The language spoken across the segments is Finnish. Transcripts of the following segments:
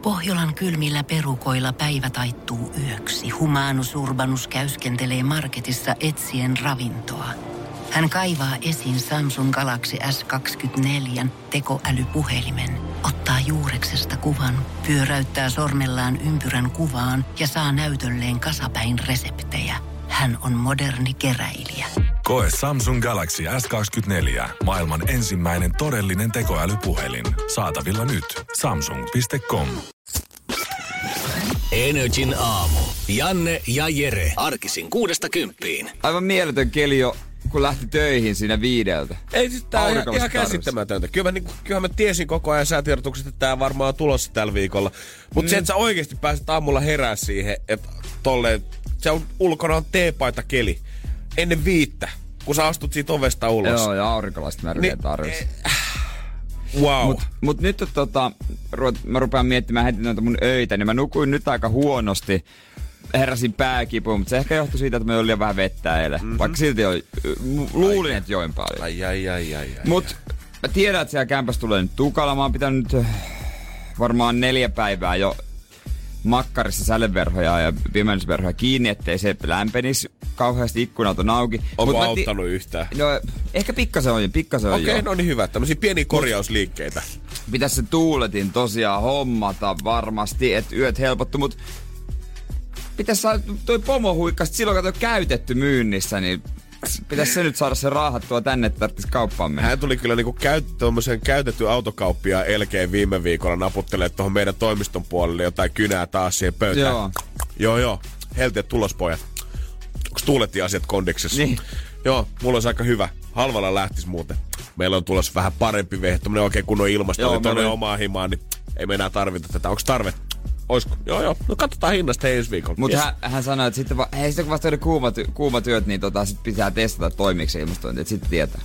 Pohjolan kylmillä perukoilla päivä taittuu yöksi. Humanus Urbanus käyskentelee marketissa etsien ravintoa. Hän kaivaa esiin Samsung Galaxy S24 tekoälypuhelimen, ottaa juureksesta kuvan, pyöräyttää sormellaan ympyrän kuvaan ja saa näytölleen kasapäin reseptejä. Hän on moderni keräilijä. Koe Samsung Galaxy S24. Maailman ensimmäinen todellinen tekoälypuhelin. Saatavilla nyt. Samsung.com. Energin aamu. Janne ja Jere. Arkisin 6–10. Aivan mieletön keli jo, kun lähti töihin siinä 5. Ei siis tää on ihan käsittämätöntä. Kyllä mä tiesin koko ajan säätiedotuksesta, että tää varmaan on tulossa tällä viikolla. Mutta se, että sä oikeesti pääset aamulla herää siihen, että tolleen, se on ulkona on teepaita keli. Ennen 5, kun sä astut siitä ovesta ulos. Joo, ja aurinkolaiset märkää tarvitsi. Wow. Mut nyt mä rupean miettimään heti noita mun öitä, niin mä nukuin nyt aika huonosti. Heräsin pääkipuun, mutta se ehkä johtui siitä, että mä olin liian vähän vettä eilen. Vaikka silti luulin, että join paljon. Ai. Mut mä tiedän, että siellä kämpässä tulee nyt tukala. Mä oon pitänyt varmaan 4 päivää jo makkarissa säleverhoja ja pimennysverhoja kiinni, ettei se lämpenisi kauheasti, ikkunat on auki. Onko auttanut yhtään? No, ehkä pikkasen on Okei, no niin hyvä. Tämmöisiä pieniä korjausliikkeitä. Pitäisi se tuuletin tosiaan hommata varmasti, että yöt helpottu, mutta pitäisi saada toi pomohuikka, silloin kato käytetty myynnissä, niin pitäisi se nyt saada se raahattua tänne, että tarvitsisi kauppaan mennä. Hän tuli kyllä niinku tommosen käytetty autokauppia Elkeen viime viikolla naputtelemaan tuohon meidän toimiston puolelle jotain kynää taas siihen pöytään. Joo. Helteet tulospojat. Onks tuulettiin asiat kondiksessa? Niin. Joo, mulla olisi aika hyvä. Halvalla lähtis muuten. Meillä on tulossa vähän parempi vehje, tommonen oikein kunnon ilmasto, oli tonne omaa himaan, niin ei me enää tarvita tätä. Onks tarve? Oisko? Joo. No katsotaan hinnasta ensi viikolla. Mutta hän sanoi, että sitten kun vasta oli kuumat yöt, niin sit pitää testata toimiiko se ilmastointi, että sitten tietää.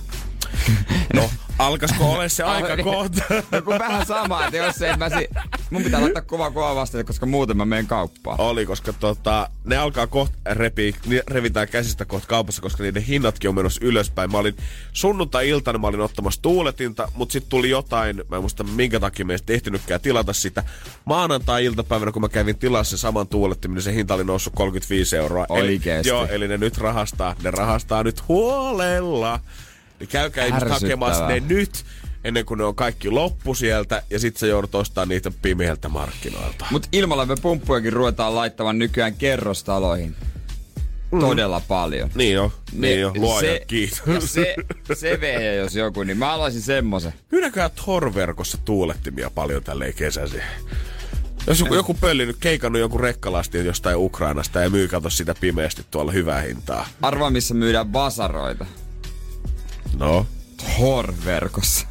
No, alkaisiko ole se aika kohta? No kun vähän sama, että jos mun pitää laittaa kovaa vasteelle, koska muuten mä menen kauppaan. Oli, koska ne alkaa kohta revitään käsistä kohta kaupassa, koska niiden hinnatkin on menossa ylöspäin. Mä olin sunnuntai-iltana, mä olin ottamassa tuuletinta, mutta sitten tuli jotain, mä en muista minkä takia me ei ehtinytkään tilata sitä. Maanantai-iltapäivänä, kun mä kävin tilassa sen saman tuulettimin, niin se hinta oli noussut 35 €. Oikeesti? Eli ne nyt rahastaa nyt huolella. Niin käykää ihmiset hakemassa ne nyt, ennen kuin ne on kaikki loppu sieltä, ja sit sä joudut ostamaan niitä pimeältä markkinoilta. Mut ilmalämpöpumppujakin ruvetaan laittamaan nykyään kerrostaloihin. Todella paljon. Niin jo. Luojan kiitos. Se vehje, jos joku, niin mä alaisin semmosen. Myydäköhän Tor-verkossa tuulettimia paljon tälleen kesäsi? Jos joku pölli nyt keikannut joku rekkalasti jostain Ukrainasta ja myy kato sitä pimeästi tuolla hyvää hintaa. Arvaa, missä myydään vasaroita. No? Tor-verkossa.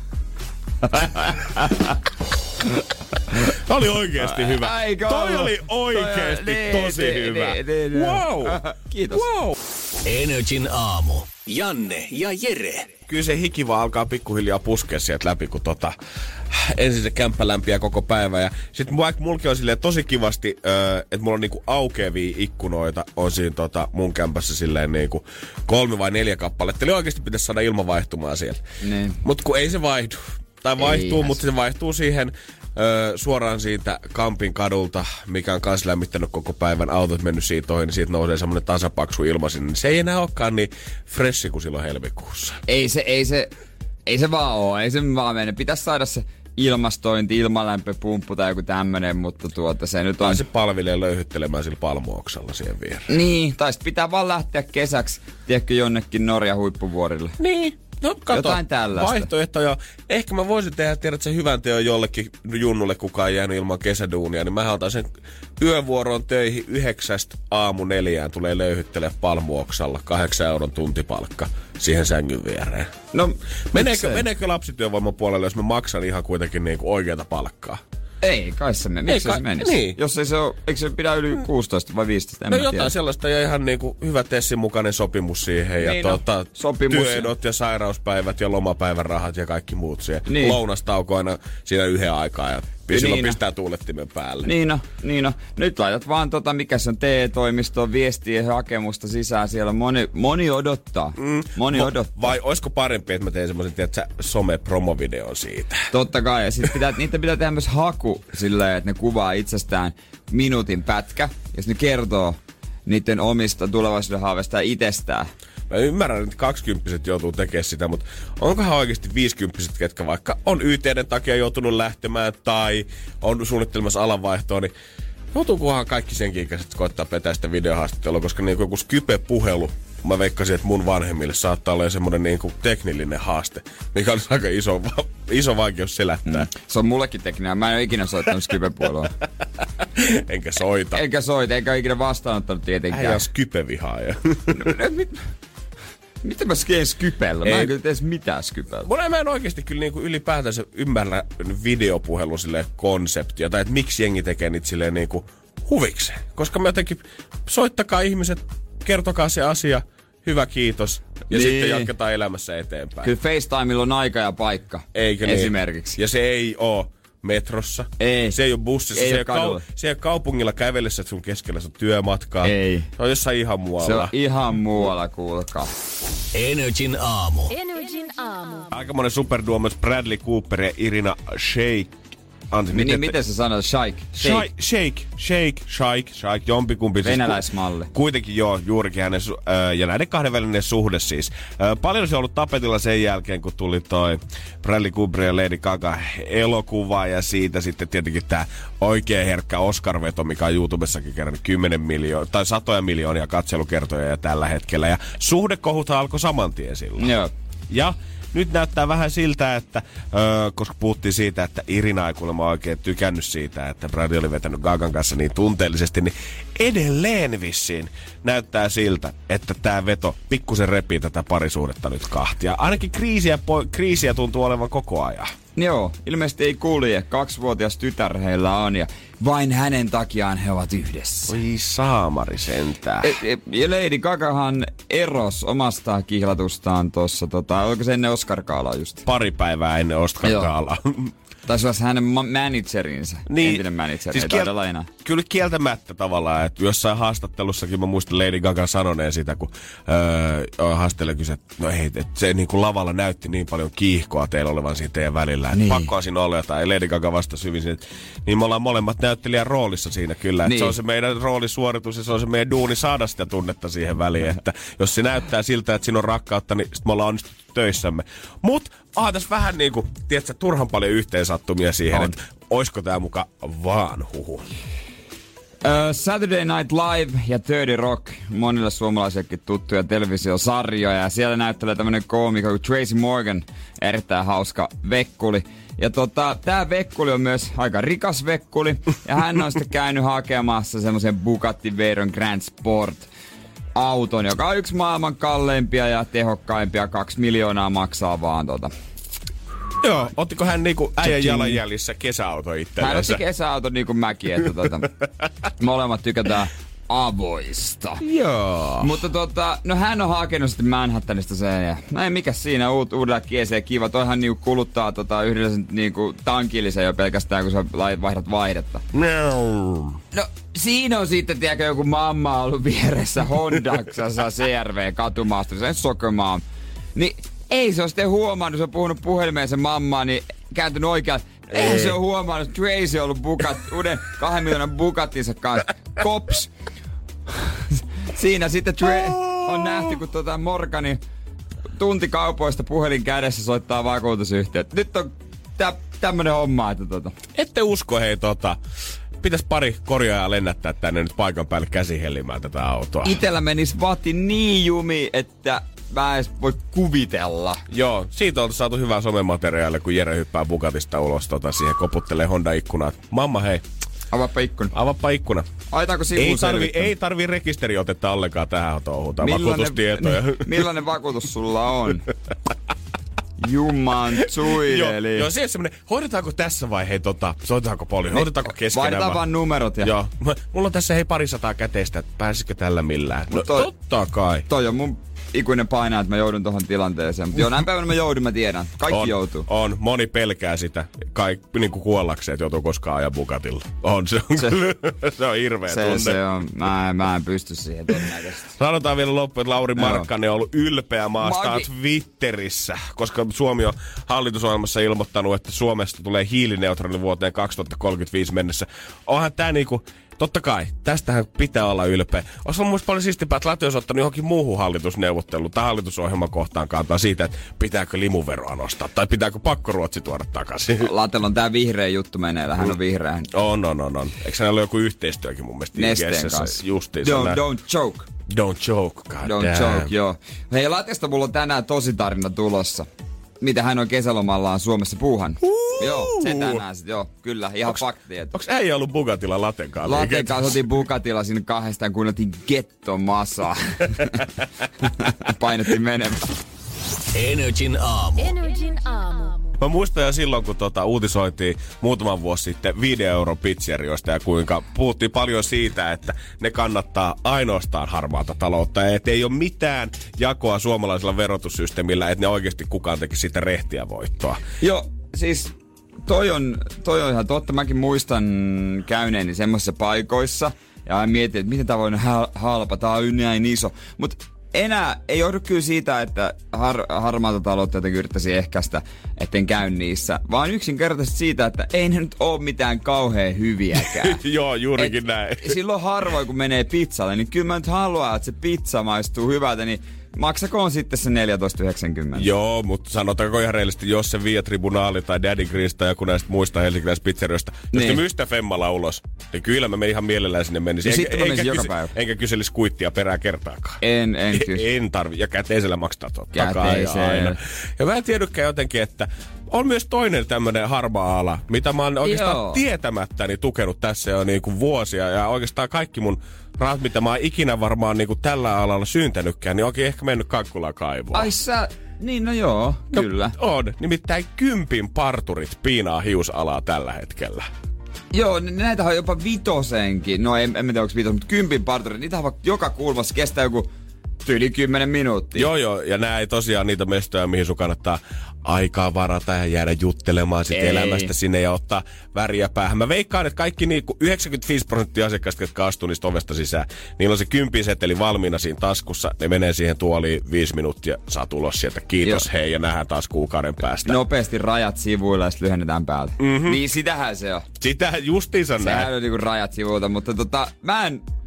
Tämä oli oikeesti hyvä. Toi oli oikeesti tosi hyvä. Wow! Kiitos. Wow! Energin aamu. Janne ja Jere. Kyllä se hiki vaan alkaa pikkuhiljaa puskea sieltä läpi, kun ensin se kämppä lämpiää koko päivä. Ja sit vaikka mulki on silleen tosi kivasti, että mulla on niinku aukeavia ikkunoita, on siinä mun kämpässä silleen niinku 3 vai 4 kappaletta. Eli oikeesti pitäisi saada ilma vaihtumaan siellä. Niin. Mut kun ei se vaihdu. Tai vaihtuu, mutta se vaihtuu siihen suoraan siitä Kampin kadulta, mikä on kans lämmittänyt koko päivän. Autot mennyt siitä ohi, niin siitä nousee semmonen tasapaksu ilma sinne. Niin se ei enää olekaan niin freshi kuin silloin helmikuussa. Ei se vaan oo. Ei se vaan mene. Pitäisi saada se ilmastointi, ilmalämpöpumppu tai joku tämmönen, mutta se nyt on... Tai se palvelee löyhyttelemään sillä palmuoksalla siihen viereen. Niin, tai sit pitää vaan lähteä kesäksi, tiedätkö, jonnekin Norjan huippuvuorille. Niin. No kato, jotain tällaista. Vaihtoehtoja. Ehkä mä voisin tehdä, tiedät sen hyvän teon jollekin junnulle, kukaan ei jäänyt ilman kesäduunia, niin mä otan sen yövuoroon töihin 9 aamu 4 tulee löyhyttelee palmuoksalla 8 € tuntipalkka siihen sängyn viereen. No, meneekö lapsityövoiman puolelle, jos mä maksan ihan kuitenkin niinku oikeata palkkaa? Ei, kai se mene. Miksi se menisi? Niin. Jos ei se ole, eikö se pidä yli 16 vai 15? No jotain sellaista ja ihan niinku hyvä Tessin mukainen sopimus siihen. Niin ja työehdot ja sairauspäivät ja lomapäivärahat ja kaikki muut siihen. Niin. Lounastauko aina siinä 1 aikaa ja kymppiä, silloin pistää tuulettimen päälle. Niin no. Nyt laitat vaan mikä se on TE-toimistoon viestiä hakemusta sisään. Siellä moni odottaa. Odottaa. Vai olisiko parempi, että mä teen semmoisen, tiedätkö, some-promovideon siitä? Totta kai. Ja sit niitä pitää tehdä myös haku silleen, että ne kuvaa itsestään minuutin pätkä. Ja ne kertoo niiden omista tulevaisuuden haaveista ja itsestään. Mä ymmärrän, että 20-vuotiaat joutuu tekemään sitä, mutta onkohan oikeasti 50-vuotiaat, ketkä vaikka on YT:n takia joutunut lähtemään tai on suunnittelemassa alanvaihtoa, niin joutuukohan kaikki senkin ikäiset koittaa petää sitä videohaastattelua, koska niin joku Skype-puhelu, mä veikkasin, että mun vanhemmille saattaa olla semmoinen niin kuin teknillinen haaste, mikä on aika iso vaikeus selättää. Se on mullekin tekninen. Mä en ole ikinä soittanut Skype-puhelua. Enkä soita, enkä ole ikinä vastaanottanut tietenkään. Äijä on Skype-vihaaja. Miten mä skeen Skypellä? Mä en kyllä tee mitään Skypellä. Mä en oikeesti kyllä niinku ylipäätänsä ymmärrä videopuhelun silleen konseptia, tai että miksi jengi tekee niitä silleen niinku huvikseen. Koska mä jotenkin, soittakaa ihmiset, kertokaa se asia, hyvä kiitos, ja sitten jatketaan elämässä eteenpäin. Kyllä FaceTimella on aika ja paikka. Eikö niin? Esimerkiksi. Ja se ei oo metrossa. Ei. Se ei ole bussissa. Se ei ole kaupungilla kävellessä, että sun keskellä on työmatkaa. Ei. Se on jossain ihan muualla. Se on ihan muualla, kuulkaa. Energin aamu. Aika monen superduo myös Bradley Cooper ja Irina Shayk. Miten sä sanoit? Shayk, jompikumpi. Venäläismalli. Kuitenkin joo, juurikin hänen ja näiden kahden välinen suhde siis. Paljon se on ollut tapetilla sen jälkeen, kun tuli toi Bradley Cooper ja Lady Gaga elokuva ja siitä sitten tietenkin tää oikein herkkä Oscar-veto, mikä on YouTubessakin kerännyt 10 miljoonaa tai 100 miljoonia katselukertoja ja tällä hetkellä. Ja suhdekohuthan alkoi saman tien silloin. Joo. Ja nyt näyttää vähän siltä, että koska puhuttiin siitä, että Irina ei kuulemma oikein tykännyt siitä, että Brad oli vetänyt Gagan kanssa niin tunteellisesti, niin edelleen vissiin näyttää siltä, että tämä veto pikkusen repii tätä parisuhdetta nyt kahtia. Ainakin kriisiä tuntuu olevan koko ajan. Joo, ilmeisesti ei kulje. 2-vuotias tytär heillä on ja vain hänen takiaan he ovat yhdessä. Oi saamari sentään. Ja Lady Gagahan erosi omasta kihlatustaan tossa, oliko se ennen Oscar-gaalaa just? Pari päivää ennen Oscar-gaalaa. Taisi olla hänen managerinsä, entinen manageri, siis ei taidella enää. Kyllä kieltämättä tavallaan, että jossain haastattelussakin mä muistan Lady Gaga sanoneen sitä, kun haastattelu kysyi, että no ei, että se niin kuin lavalla näytti niin paljon kiihkoa teillä olevan siinä teidän välillä, että pakkoa siinä olla jotain. Lady Gaga vastasi hyvin, että niin me ollaan molemmat näyttelijän roolissa siinä kyllä, että se on se meidän roolisuoritus ja se on se meidän duuni saada sitä tunnetta siihen väliin, että jos se näyttää siltä, että siinä on rakkautta, niin sit me ollaan onnistuttu töissämme. Mut tässä vähän niinku, tiedätkö, turhan paljon yhteensattumia siihen, että oisko tää muka vaan huhu. Saturday Night Live ja 30 Rock, monille suomalaisillekin tuttuja televisiosarjoja. Ja siellä näyttelee tämmönen koomikko kuin Tracy Morgan, erittäin hauska vekkuli. Ja tää vekkuli on myös aika rikas vekkuli. Ja hän on sitten käynyt hakemassa semmoisen Bugatti Veyron Grand Sport auton, joka on yksi maailman kalleimpia ja tehokkaimpia. 2 miljoonaa maksaa vaan Joo, ottiko hän niinku äijän jalanjäljissä kesäauto itsellensä? Hän otti kesäauto niinku mäkin, että molemmat tykätään avoista. Joo. Mutta no hän on hakenut sitten Manhattanista sen ja no ei mikäs siinä uudella kieseen kiva. Toihan niinku kuluttaa yhdellä niinku tankillisen jo pelkästään, kun sä vaihdat vaihdetta. No siinä on sitten, tiedäkö, joku mamma ollut vieressä Hondaksassa CRV katumaasturissa, en sokemaa. Niin ei se ole sitten huomannut, se on puhunut puhelimeen sen mammaan, niin kääntynyt oikealle. Eihän se ole huomannut, että Tracy on ollut uuden 2 miljoonan Bugattinsa kanssa. Kops! Siinä sitten on nähty, kun Morgani tuntikaupoista puhelin kädessä soittaa vakuutusyhtiöt. Nyt on tämmönen homma, että Ette usko, hei pitäis pari korjaajaa lennättää tänne nyt paikan päälle käsihellimään tätä autoa. Itellä menis vati niin jumi, että mä edes voi kuvitella. Joo, siitä on saatu hyvää somemateriaalia, kun Jere hyppää Bugatista ulos siihen koputtelee Honda-ikkunaan. Mamma hei. Avaappa ikkuna. Aitaanko sivun ei tarvii rekisteriotetta ollenkaan tähän touhutaan. Vakuutustietoja. Millainen vakuutus sulla on? Juman tsuideli. Joo, se on semmonen, hoidetaanko tässä vai hei soitetaanko poliisi, hoidetaanko keskenään? Vaihdetaan vaan numerot ja... Joo, mulla on tässä 200 käteistä, että pääsisikö tällä millään? No totta kai. Toi on mun ikuinen paina, että mä joudun tohon tilanteeseen. Mutta jonain päivänä mä joudun, mä tiedän. Kaikki joutuu. On. Moni pelkää sitä. Niin kuin kuollakseen, että joutuu koskaan ajaa Bugatilla. Se on hirveä tunne. Se on. Mä en pysty siihen todennäköisesti. Sanotaan vielä loppuun, että Lauri Markkanen on ollut ylpeä maastaan Twitterissä, koska Suomi on hallitusohjelmassa ilmoittanut, että Suomesta tulee hiilineutraali vuoteen 2035 mennessä. Onhan tää niinku... Totta kai, tästähän pitää olla ylpeä. Olisi ollut muista paljon siistimpää, että Latvia olisi ottanut johonkin muuhun hallitusneuvotteluun tai hallitusohjelman kohtaan kantaa siitä, että pitääkö limuveroa nostaa tai pitääkö pakkoruotsi tuoda takaisin. Latella on tää vihreä juttu meneillä, hän on vihreä. On. Eikö hänellä ole joku yhteistyökin mun mielestä? Nesteen kanssa. Don't joke. Don't joke, god Don't joke, joo. Hei, Latesta mulla on tänään tosi tarina tulossa. Mitä hän on kesälomallaan Suomessa puuhan. Joo, se tänään sit, joo, kyllä, ihan faktia. Onks äijä ollut Bugatilla Latenkaan? Latenkaan otin Bugatilla sinne kahdestaan, kuunneltiin Gettomasaa. Painettiin menemään. Energin aamu. Mä muistan jo silloin, kun uutisoitiin muutaman vuosi sitten 5 euron pizzerioista ja kuinka puhuttiin paljon siitä, että ne kannattaa ainoastaan harmaata taloutta ja että ei ole mitään jakoa suomalaisella verotussysteemillä, että ne oikeasti kukaan teki siitä rehtiä voittoa. Joo, siis toi on ihan totta. Mäkin muistan käyneeni semmoisissa paikoissa ja mietin, että miten tää voi olla halpa, tää on näin iso. Mut enää ei johdu kyllä siitä, että harmaata taloutta jotenkin yrittäisi ehkäistä, etten käy niissä, vaan yksinkertaisesti siitä, että ei ne nyt ole mitään kauhean hyviäkään. Joo, juurikin näin. Silloin harvoin, kun menee pizzalle, niin kyllä mä nyt haluan, että se pizza maistuu hyvältä, niin maksakoon sitten se 14,90. Joo, mutta sanotaanko ihan reellisesti, jos se Via Tribunaali tai Daddy Grease tai joku näistä muista helsinkiläisistä pizzerioista, jos ne myistä femmalla ulos, niin kyllä mä ihin mielellään sinne menisin. Enkä kyselisi kuittia perää kertaakaan. En tarvi. Ja käteisellä maksaa aina. Ja mä en tiedäkään jotenkin, että on myös toinen tämmönen harmaa ala, mitä mä oon oikeastaan tietämättäni tukenut tässä jo niinku vuosia. Ja oikeastaan kaikki mun rahat, mitä mä oon ikinä varmaan niinku tällä alalla syntänytkään, niin onkin ehkä mennyt Kankkulan kaivoon. Ai sä... Niin, no joo, kyllä. On. Nimittäin 10 parturit piinaa hiusalaa tällä hetkellä. Joo, näitä on jopa 5. No en tiedä, onko 5, mutta 10 parturit. Niitä on joka kulmassa kestää joku yli 10 minuuttia. Joo, ja nää ei tosiaan niitä mestoja, mihin sun kannattaa aikaa varata ja jäädä juttelemaan sit elämästä sinne ja ottaa väriä päähän. Mä veikkaan, että kaikki 95% asiakkaista, jotka astuu niistä ovesta sisään, niillä on se 10 seteli valmiina siinä taskussa. Ne menee siihen tuoliin 5 minuuttia, saa tulos sieltä. Kiitos, hei, ja nähdään taas kuukauden päästä. Nopeasti rajat sivuilla ja sitten lyhennetään päältä. Mm-hmm. Niin sitähän se on. Sitähän justiinsa näin. Sehän on niinku rajat sivuilta, mutta mä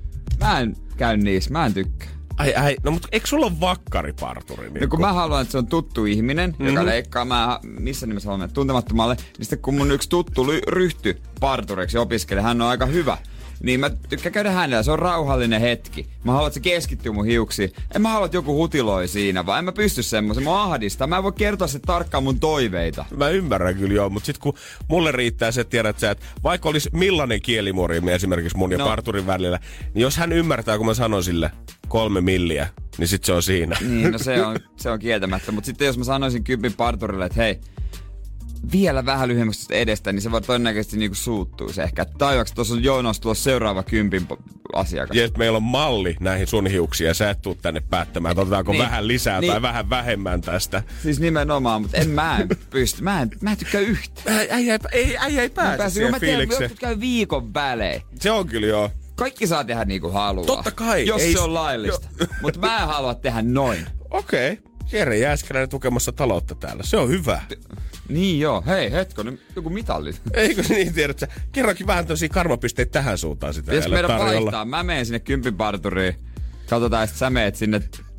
en käy niissä, mä en tykkää. Ai, no mutta eikö sulla ole vakkariparturi? No kun mä haluan, että se on tuttu ihminen, joka leikkaa, missä nimessä haluan mennä tuntemattomalle, niin sitten kun mun yksi tuttu ryhtyi parturiksi opiskelee, hän on aika hyvä, niin mä tykkään käydä hänellä, se on rauhallinen hetki. Mä haluan, että se keskittyy mun hiuksiin. En mä halua, että joku hutiloi siinä, vaan en mä pysty semmoisen, mä ahdistaa. Mä en voi kertoa se tarkkaan mun toiveita. Mä ymmärrän kyllä joo, mutta sit kun mulle riittää se, tiedät sä, että vaikka olisi millainen kielimuori esimerkiksi mun ja parturin välillä, niin jos hän ymmärtää, kun mä sanon sille 3 milliä, niin sit se on siinä. Niin, no se on kieltämättä. Mutta sitten jos mä sanoisin 10 parturille, että hei, vielä vähän lyhyemmäksi edestä, niin se voi todennäköisesti niinku suuttuisi ehkä. Tai tuossa on jonossa tulossa seuraava 10 asiakas. Ja meillä on malli näihin sun hiuksiin ja sä et tuu tänne päättämään, että otetaanko vähän lisää tai vähän vähemmän tästä. Siis nimenomaan, mutta mä en pysty. Mä en tykkää yhtään. Äijä ei pääse siihen fiilikseen. Jotkut käy viikon välein. Se on kyllä joo. Kaikki saa tehdä niin kuin haluaa. Totta kai. Jos se on laillista. Mutta mä en halua tehdä noin. Okei. Jere Jääskeläinen tukemassa taloutta täällä. Se on hyvä. Niin joo. Hei, hetkonen. Joku mitalli. Eikö niin tiedät sä? Kerrankin vähän tämmöisiä karmapisteitä tähän suuntaan sitä. Jos meidän vaihtaa, mä menen sinne 10 parturiin. Katsotaan, että sä meet sinne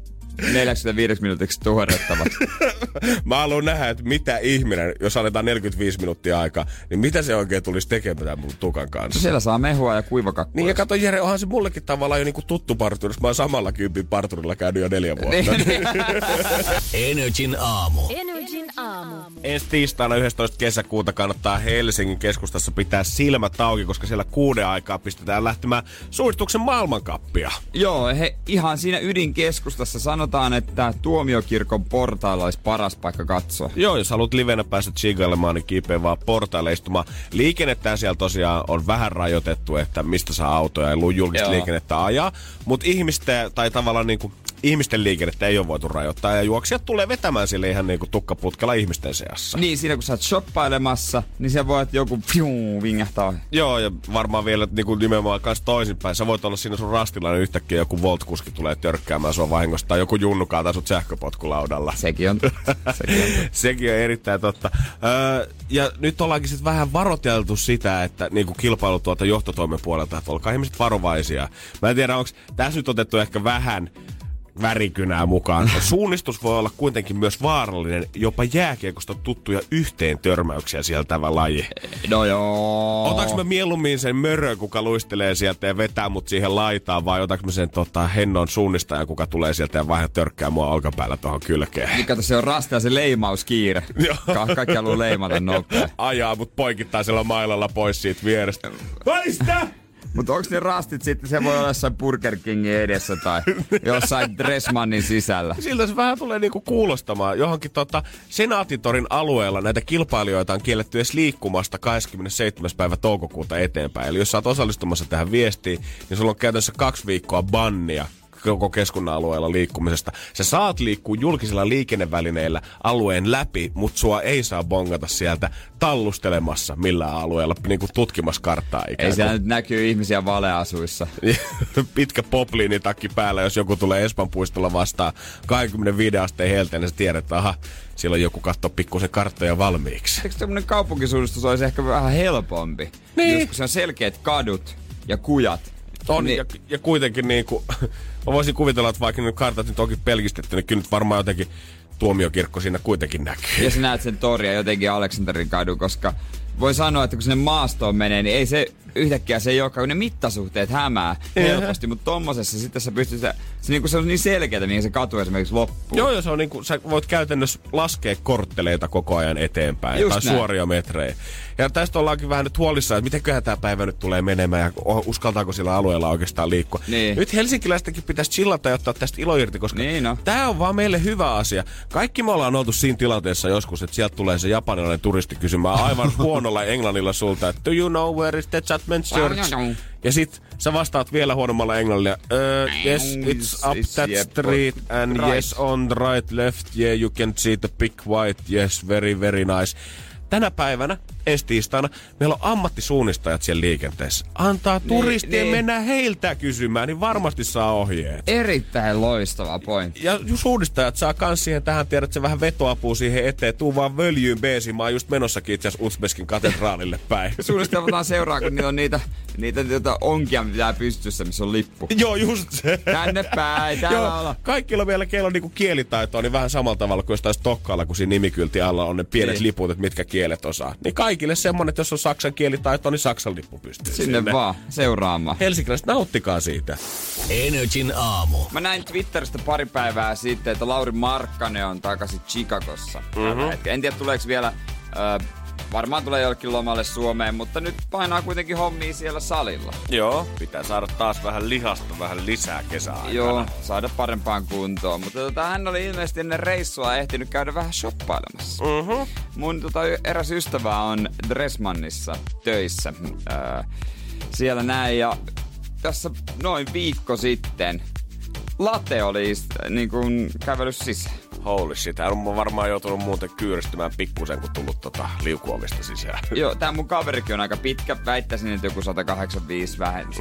45 minuutiksi tuhorettavaksi. Mä haluan nähdä, että mitä ihminen, jos aletaan 45 minuuttia aikaa, niin mitä se oikein tulisi tekemään mun tukan kanssa. Siellä saa mehua ja kuivakakkua. Niin ja kato Jere, onhan se mullekin tavallaan jo niinku tuttu parturi, mä oon samalla 10 parturilla käynyt jo 4 vuotta. Energin aamu. Ensi tiistaina 11. kesäkuuta kannattaa Helsingin keskustassa pitää silmät auki, koska siellä 6 aikaa pistetään lähtemään suunnistuksen maailmankappia. Joo, ihan siinä ydinkeskustassa sanotaan, että Tuomiokirkon portailla olisi paras paikka katsoa. Joo, jos haluat livenä päästä chigailemaan, niin kiipeä vaan portaille istumaan. Liikennettään siellä tosiaan on vähän rajoitettu, että mistä saa autoja ja julkista liikennettä ajaa. Mutta ihmistä tai tavallaan niinku ihmisten liikennettä ei ole voitu rajoittaa ja juoksijat tulee vetämään sille ihan niinku tukkaputkella ihmisten seassa. Niin, siinä kun sä oot shoppailemassa, niin siellä voi, että joku vingähtää ohi. Joo, ja varmaan vielä niinku nimenomaan kans toisinpäin. Sä voit olla siinä sun rastilla ja yhtäkkiä joku Volt-kuski tulee törkkäämään sua vahingosta tai joku junnu kaataa sut sähköpotkulaudalla. Sekin on. Sekin on erittäin totta. Ja nyt ollaankin sitten vähän varoteltu sitä, että niinku kilpailu tuolta johtotoimen puolelta, että olkaa ihmiset varovaisia. Mä en tiedä, onko tässä nyt otettu ehkä vähän värikynää mukaan. Suunnistus voi olla kuitenkin myös vaarallinen, jopa jääkiekosta tuttuja yhteen törmäyksiä sieltävä laji. No joo. Otaks mä mieluummin sen mörön, kuka luistelee sieltä ja vetää mut siihen laitaan, vai otaks mä sen hennon suunnistajan, kuka tulee sieltä ja vähän törkkää mua olkapäällä tuohon kylkeen? Niin kato, se on rasta ja se leimauskiire. Kaikki haluaa leimata nopea. Ajaa mut poikittaisella mailalla pois siitä vierestä. Väistä! Mutta onko ne rastit sitten, se voi olla jossain Burger Kingin edessä tai jossain Dressmannin sisällä? Siltä se vähän tulee niinku kuulostamaan. Johonkin Senaatitorin alueella näitä kilpailijoita on kielletty edes liikkumasta 27. päivä toukokuuta eteenpäin. Eli jos sä oot osallistumassa tähän viestiin, niin sulla on käytännössä 2 viikkoa bannia koko keskunnan alueella liikkumisesta. Sä saat liikkua julkisilla liikennevälineillä alueen läpi, mutta sua ei saa bongata sieltä tallustelemassa millään alueella, niin kuin tutkimassa karttaa ikään. Ei siellä nyt näkyy ihmisiä valeasuissa. Pitkä popliinitakki päällä, jos joku tulee Espan puistolla vastaan 25 asteen helteen, niin sä tiedät, että aha, siellä on joku kattoo pikkusen karttoja valmiiksi. Eikö tämmönen kaupunkisuunnistus olisi ehkä vähän helpompi? Niin. Jos se on selkeät kadut ja kujat. On, niin. Ja kuitenkin niinku, mä voisin kuvitella, että vaikka ne kartat nyt onkin pelkistetty, niin kyllä nyt varmaan jotenkin tuomiokirkko siinä kuitenkin näkyy. Ja sä näet sen toria jotenkin Aleksanterin kadun, koska voi sanoa, että kun sinne maastoon menee, niin ei se yhtäkkiä se ei olekaan, kun ne mittasuhteet hämää helposti, mutta tommosessa sitten sä pystyt, se on niin selkeätä, mihin se katu esimerkiksi loppuu. Joo, se on niinku, sä voit käytännössä laskea kortteleita koko ajan eteenpäin, just tai näin. Suoria metrejä. Ja tästä ollaankin vähän nyt huolissaan, että mitenköhän tää päivä nyt tulee menemään ja uskaltaako sillä alueella oikeastaan liikkua. Niin. Nyt helsinkiläistäkin pitäisi chillata ja ottaa tästä ilo irti, koska tää on vaan meille hyvä asia. Kaikki me ollaan oltu siinä tilanteessa joskus, että sieltä tulee se japanilainen turisti kysymään aivan huonolla englannilla sulta, että do you know where is the Chapman Church? Ja sit sä vastaat vielä huonommalla englannilla. Yes, it's up that street and right. Yes, on the right, left, yeah, you can see the big white, yes, very, very nice. Tänä päivänä, ensi tiistaina, meillä on ammattisuunnistajat siellä liikenteessä. Antaa turistien mennä heiltä kysymään, niin varmasti saa ohjeet. Erittäin loistava pointti. Ja suunnistajat saa kans siihen tähän, tiedät, se vähän vetoapua siihen eteen. Tuu vaan völjyyn beesiin. Mä oon just menossakin itse asiassa Uzbeskin katedraalille päin. Suunnistajat vaan seuraa, kun niillä on niitä onkia, mitä pystyssä, missä on lippu. Joo, just se. Tänne päin, täällä olla. Kaikilla vielä, keillä on niinku kielitaitoa, niin vähän samalla tavalla kuin jostain Stokkaalla, kun siinä nimikylti alla on ne pienet liput, että mitkä kielet osaa. Niin kaikille semmonen, että jos on saksan kielitaito, niin saksan lippu pystyy sinne vaan seuraamaan. Helsinkiläiset, nauttikaa siitä. Energin aamu. Mä näin Twitteristä pari päivää sitten, että Lauri Markkanen on takaisin Chicagossa. En tiedä, tuleeko vielä... varmaan tulee jollekin lomalle Suomeen, mutta nyt painaa kuitenkin hommia siellä salilla. Joo, pitää saada taas vähän lihasta, vähän lisää kesäaikana. Joo, saada parempaan kuntoon. Mutta hän oli ilmeisesti ennen reissua ehtinyt käydä vähän shoppailemassa. Mun eräs ystävä on Dressmannissa töissä. Siellä näin ja tässä noin viikko sitten Late oli niin kuin kävellyt sisään. Holy shit, hän on varmaan joutunut muuten kyyristymään pikkusen, kun tullut liukuovista sisään. Joo, tää mun kaverikin on aika pitkä. Väittäisin, että joku 185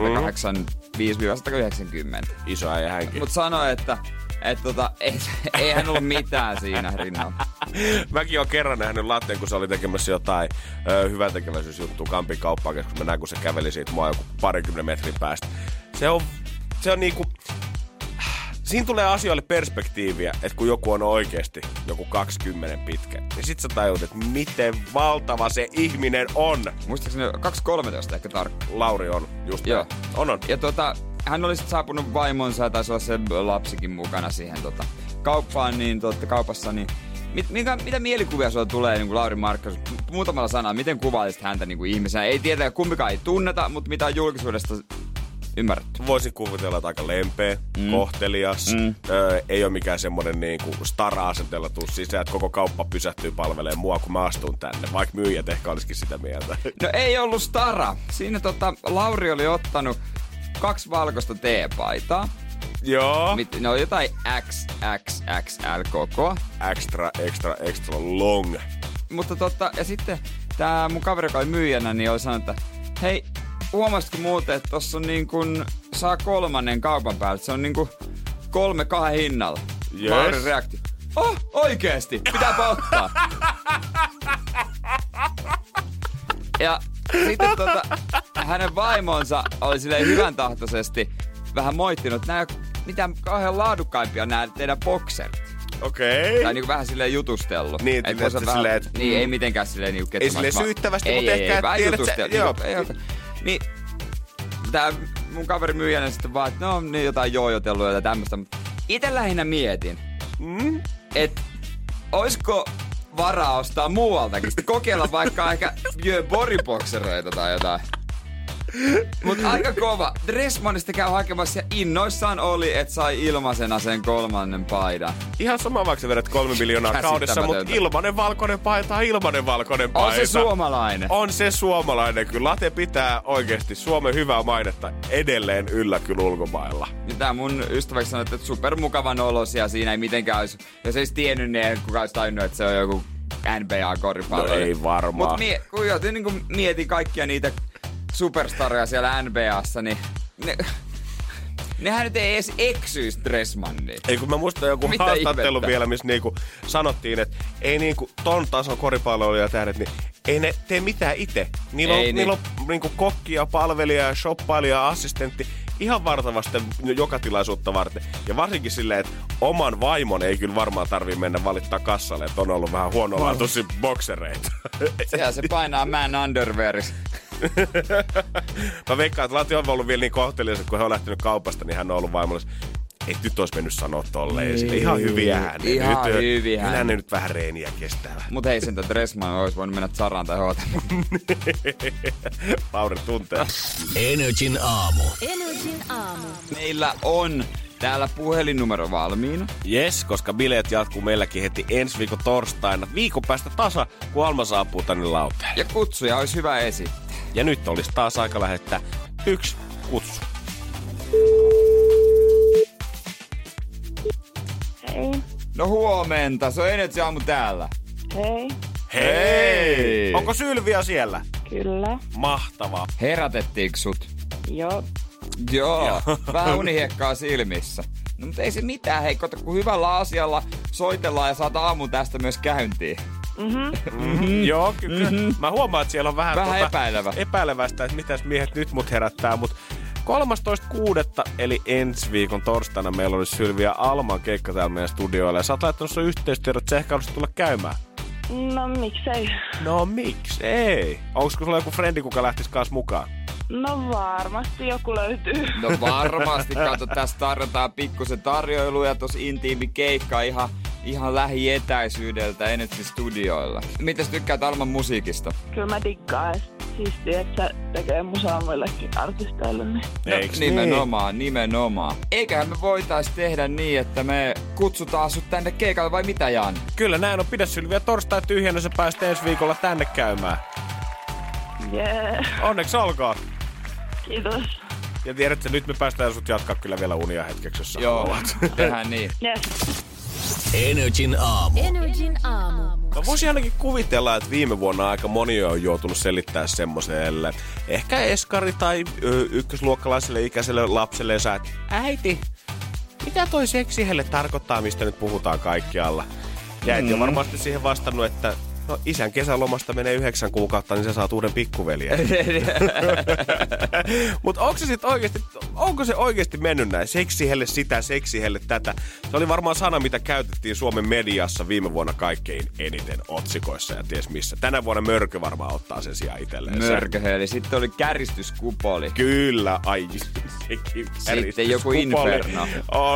185-190. Iso äijä hänkin. Mut sanoi, että ei hän ollut mitään siinä rinnalla. Mäkin oon kerran nähnyt Latteen, kun se oli tekemässä jotain hyväntekeväisyysjuttua Kampin kauppakeskuksessa. Mä näin, kun se käveli siitä mua joku 20 metrin päästä. Se on niinku... Siinä tulee asioille perspektiiviä, että kun joku on oikeasti joku 20 pitkä, niin sit sä tajut, että miten valtava se ihminen on. Muistaakseni 2.13 ehkä tarkkaan. Lauri on, just joo. On. Ja hän oli sit saapunut vaimonsa ja taisi olla se lapsikin mukana siihen kauppaan, niin kaupassa, niin mitä mielikuvia sulla tulee niin kuin Lauri Markkanen? Muutamalla sanalla, miten kuvailisit häntä niin kuin ihmisenä? Ei tietenkään kumpikaan ei tunneta, mutta mitä on julkisuudesta ymmärretty? Voisin kuvitella, että aika lempeä, kohtelias. Ei ole mikään semmonen niinku stara-asenteella tuu sisään, että koko kauppa pysähtyy palvelemaan mua, kun mä astun tänne. Vaikka myyjät ehkä olisikin sitä mieltä. No ei ollut stara. Siinä Lauri oli ottanut 2 valkoista teepaitaa. Joo. Ne on jotain XXXL koko. Extra long. Mutta ja sitten tää mun kaveri, joka oli myyjänä, niin oli sanonut, että hei, huomasitko muuten, että tossa on niin kun, saa 3. kaupan päälle. Se on niinku 3 hinnalla. Yes. Mauri reaktio. Oh, oikeesti? Pitääpä ottaa. Ja sitten hänen vaimonsa oli silleen hyvän tahtoisesti vähän moittinut, että nää mitään kauhean laadukkaimpia nää teidän bokserit. Okei. Tai niinku vähän silleen jutustellut. Niin, niin ei mitenkään silleen niinku ei silleen syyttävästi, mutta ehkä vähän jutustellut. Niin, tää mun kaveri myyjänä sitten vaan, että no niin jotain joojotellut ja tämmöstä. Ite lähinnä mietin, että oisko varaa ostaa muualtakin. Sitten kokeilla vaikka ehkä boriboksereita tai jotain. Mut aika kova. Dressmanista käy hakemassa ja innoissaan oli, että sai ilmaisena sen 3. paidan. Ihan sama vaikka sä vedät 3 miljoonaa kaudessa, mutta ilmanen valkoinen paita. On se suomalainen. On se suomalainen. Kyllä Late pitää oikeesti Suomen hyvää mainetta edelleen yllä kyllä ulkomailla. Ja tää mun ystäväksi sanoi, että supermukavan olosia siinä ei mitenkään olisi. Jos ei tiennyt, niin ei kukaan olisi tajunnut, että se on joku NBA-koripallo. No ei varmaan. Mut kun joten niin mietin kaikkia niitä superstaroja siellä NBA:ssa, niin nehän nyt ei edes eksyisi Dressmanniin. Ei kun mä muistan joku haastattelu vielä, missä niinku sanottiin, että ei niinku ton tason koripalloilijoja tähdet, niin ei ne tee mitään itse. Niillä on niinku kokkia, palvelija, shoppailija, assistentti ihan vartavasti joka tilaisuutta varten. Ja varsinkin silleen, että oman vaimon ei kyllä varmaan tarvii mennä valittaa kassalle, että on ollut vähän huonolaatuisia boksereita. Sehän se painaa man underwearissa. Mä veikkaan, että Lati on ollut vielä niin kohteliaiset, kun he on lähtenyt kaupasta, niin hän on ollut vaimolle, ei nyt olisi mennyt sanoa tolleen. Niin, ihan hyviä ääniä. Ihan hyviä ääniä. Kyllähän ne nyt vähän reeniä kestää. Mut hei sen, Dressman olisi voinut mennä Zaraan tai H&M. Lauri tuntee. Energin aamu. Meillä on täällä puhelinnumero valmiina. Jes, koska bileet jatkuu meilläkin heti ensi viikon torstaina. Viikon päästä tasa, kun Alma saapuu tänne lauteelle. Ja kutsuja olisi hyvä esittää. Ja nyt olisi taas aika lähettää 1 kutsu. Hei. No huomenta, se on Energy aamu täällä. Hei. Hei! Onko Sylvia siellä? Kyllä. Mahtavaa. Herätettiinkö sut? Joo. Vähän unihiekkaa silmissä. No mutta ei se mitään, hei, kun hyvällä asialla soitellaan ja saat aamun tästä myös käyntiin. Joo, kyllä. Mä huomaan, että siellä on vähän epäilevästä, että mitäs miehet nyt mut herättää, mutta 13.6. eli ensi viikon torstaina meillä olisi Sylvia Alman keikka täällä meidän studioilla. Ja sä oot laittanut sun yhteystiedot, että sä ehkä haluaisit tulla käymään. No miksei. Onko sulla joku frendi, kuka lähtisi kanssa mukaan? No varmasti joku löytyy. No varmasti, kato, tässä tarjotaan pikkusen tarjoiluja, tossa intiimi keikka ihan lähietäisyydeltä Energy studioilla. Mitäs tykkäät Alman musiikista? Kyllä mä tikkaan. Siistiä, että se tekee musaa muillekin artisteille. Niin. Eiks nimenomaan. Eiköhän me voitais tehdä niin, että me kutsutaan sut tänne keikalle vai mitä, Jan? Kyllä näin on. Pidä Sylviä torstai tyhjänä, sä pääset ensi viikolla tänne käymään. Onneksi olkoon. Kiitos. Ja tiedätkö, nyt me päästään sut jatkaa kyllä vielä unia hetkeksi, jos sä haluat. Tehdään niin. Yes. Energin aamu. Mä voisin ainakin kuvitella, että viime vuonna aika moni on joutunut selittää semmoselle ehkä eskari- tai ykkösluokkalaiselle ikäiselle lapselle, että äiti, mitä toi seksihelle tarkoittaa, mistä nyt puhutaan kaikkialla? Ja äiti on varmasti siihen vastannut, että no isän kesälomasta menee 9 kuukautta, niin sä saat uuden pikkuveljen. Mutta onko se oikeasti mennyt näin? Seksihelle sitä, seksihelle tätä. Se oli varmaan sana, mitä käytettiin Suomen mediassa viime vuonna kaikkein eniten otsikoissa ja ties missä. Tänä vuonna Mörkö varmaan ottaa sen sijaan itselleen. Mörkö, eli sitten oli käristyskupoli. Kyllä, Sitten joku inferno.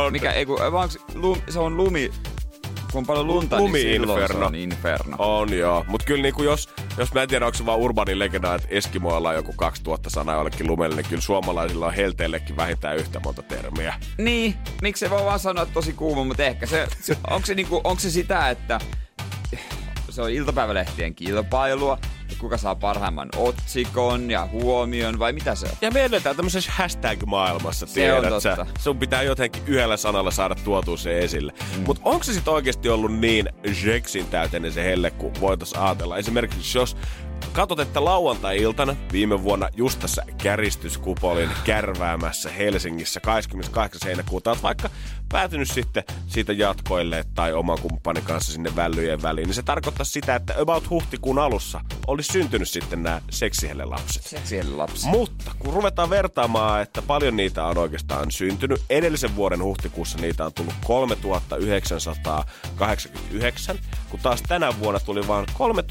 Se on lumi. Kun on paljon lunta, niin silloin se on inferno. On joo, mut kyllä niinku jos mä en tiedä, onko se vaan urbanin legenda, että Eskimoilla on joku 2000 sanaa jollekin lumelle, niin kyllä suomalaisilla on helteillekin vähintään yhtä monta termiä. Niin, miksi se voi vaan sanoa tosi kuuma, mutta ehkä onko se sitä, että se on iltapäivälehtien kilpailua, että kuka saa parhaimman otsikon ja huomion, vai mitä se on? Ja me eletään tämmöisessä hashtag-maailmassa, Se on tiedät sä. totta. Sun pitää jotenkin yhdellä sanalla saada tuotua se esille. Mutta onko se sitten oikeasti ollut niin Jeksin täyteinen se helle, kun voitaisiin ajatella? Esimerkiksi jos katsot, että lauantai-iltana viime vuonna just tässä Käristyskupolin kärväämässä Helsingissä 28. heinäkuuta oot vaikka päätynyt sitten siitä jatkoille tai oman kumppanin kanssa sinne vällyjen väliin, niin se tarkoittaa sitä, että about huhtikuun alussa olisi syntynyt sitten nämä seksihelle-lapset. Seksihelle-lapset. Mutta kun ruvetaan vertaamaan, että paljon niitä on oikeastaan syntynyt, edellisen vuoden huhtikuussa niitä on tullut 3989, kun taas tänä vuonna tuli vain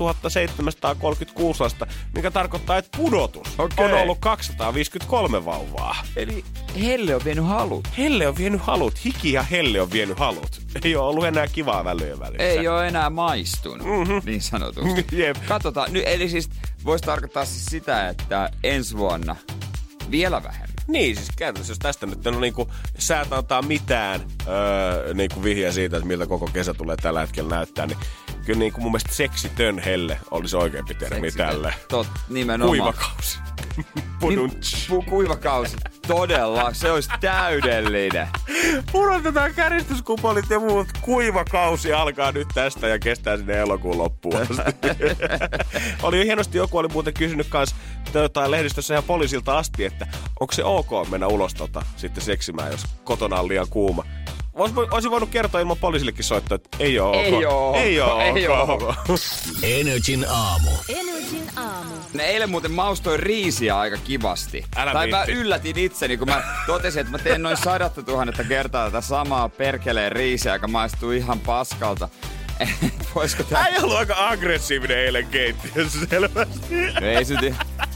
3736 lasta, mikä tarkoittaa, että pudotus on ollut 253 vauvaa. Eli helle on vienyt halut. Helle on vienyt halut, hiki ja helle on vienyt halut. Ei ole ollut enää kivaa välyjen välissä. Ei ole enää maistunut, niin sanotusti. Jep. Katsotaan, nyt, eli siis voisi tarkoittaa siis sitä, että ensi vuonna vielä vähemmän. Niin, siis käytännössä, jos tästä nyt on niinku, säät antaa mitään niinku vihjeä siitä, että miltä koko kesä tulee tällä hetkellä näyttää, niin kyllä niinku mun mielestä seksitön helle olisi oikeampi termi tälle. Nimenomaan. Kuivakausi. Kuivakausi. Todella, se olisi täydellinen. Unohdetaan käristyskupolit ja muut. Kuivakausi alkaa nyt tästä ja kestää sinne elokuun loppuun asti. Oli jo hienosti, joku oli muuten kysynyt kans jotain lehdistössä ihan poliisilta asti, että onko se ok mennä ulos sitten seksimään, jos kotona on liian kuuma. Olisin voinut kertoa ilman poliisillekin soittaa, että ei oo ok. Ei oo ok. Energin aamu. Eilen muuten maustoin riisiä aika kivasti. Mä yllätin itseni, kun mä totesin, että mä teen noin 100 000 kertaa tätä samaa perkeleen riisiä, joka maistuu ihan paskalta. Voisiko tää... Ei ollut aika aggressiivinen eilen keittiössä selvästi. Ei syti.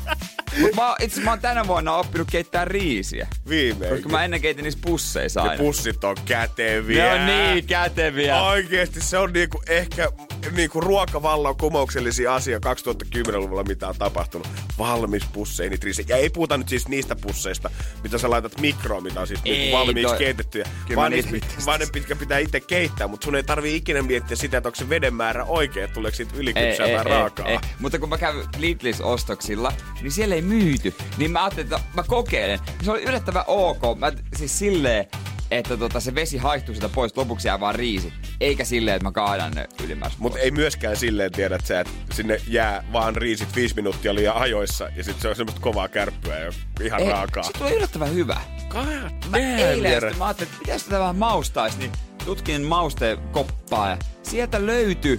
Itse mä oon tänä vuonna oppinut keittää riisiä. Viimeinkin. Koska mä ennen keitin niissä pusseissa aina. Ja pussit on käteviä. Ne on niin käteviä. Oikeesti se on niinku ehkä niinku ruokavallan kumouksellisia asia 2010-luvulla, mitä on tapahtunut. Valmis pusseja, niitä riisiä. Ja ei puhuta nyt siis niistä pusseista, mitä sä laitat mikroon, mitä on siis niinku valmiiksi keitettyjä. Vaan ne pitää itse keittää, mutta sun ei tarvii ikinä miettiä sitä, että onko se veden määrä oikein, että tuleeko siitä ylikypsää tai raakaa. Mutta kun mä käyn Lidlis-ostoksilla, niin siellä ei myyty. Niin mä ajattelin, että mä kokeilen. Se oli yllättävän ok. Siis silleen, että se vesi haihtuu sitä pois, lopuksi jää vaan riisi. Eikä silleen, että mä kaadan ne ylimääräistä. Mutta ei myöskään silleen tiedät sä, että sinne jää vaan riisit 5 minuuttia liian ajoissa ja sit se on semmoista kovaa kärppyä ja ihan raakaa. Se tulee yllättävän hyvä. Mä eilen mä ajattelin, että pitäis tätä vähän maustais, niin tutkin mausteen koppaa ja sieltä löytyi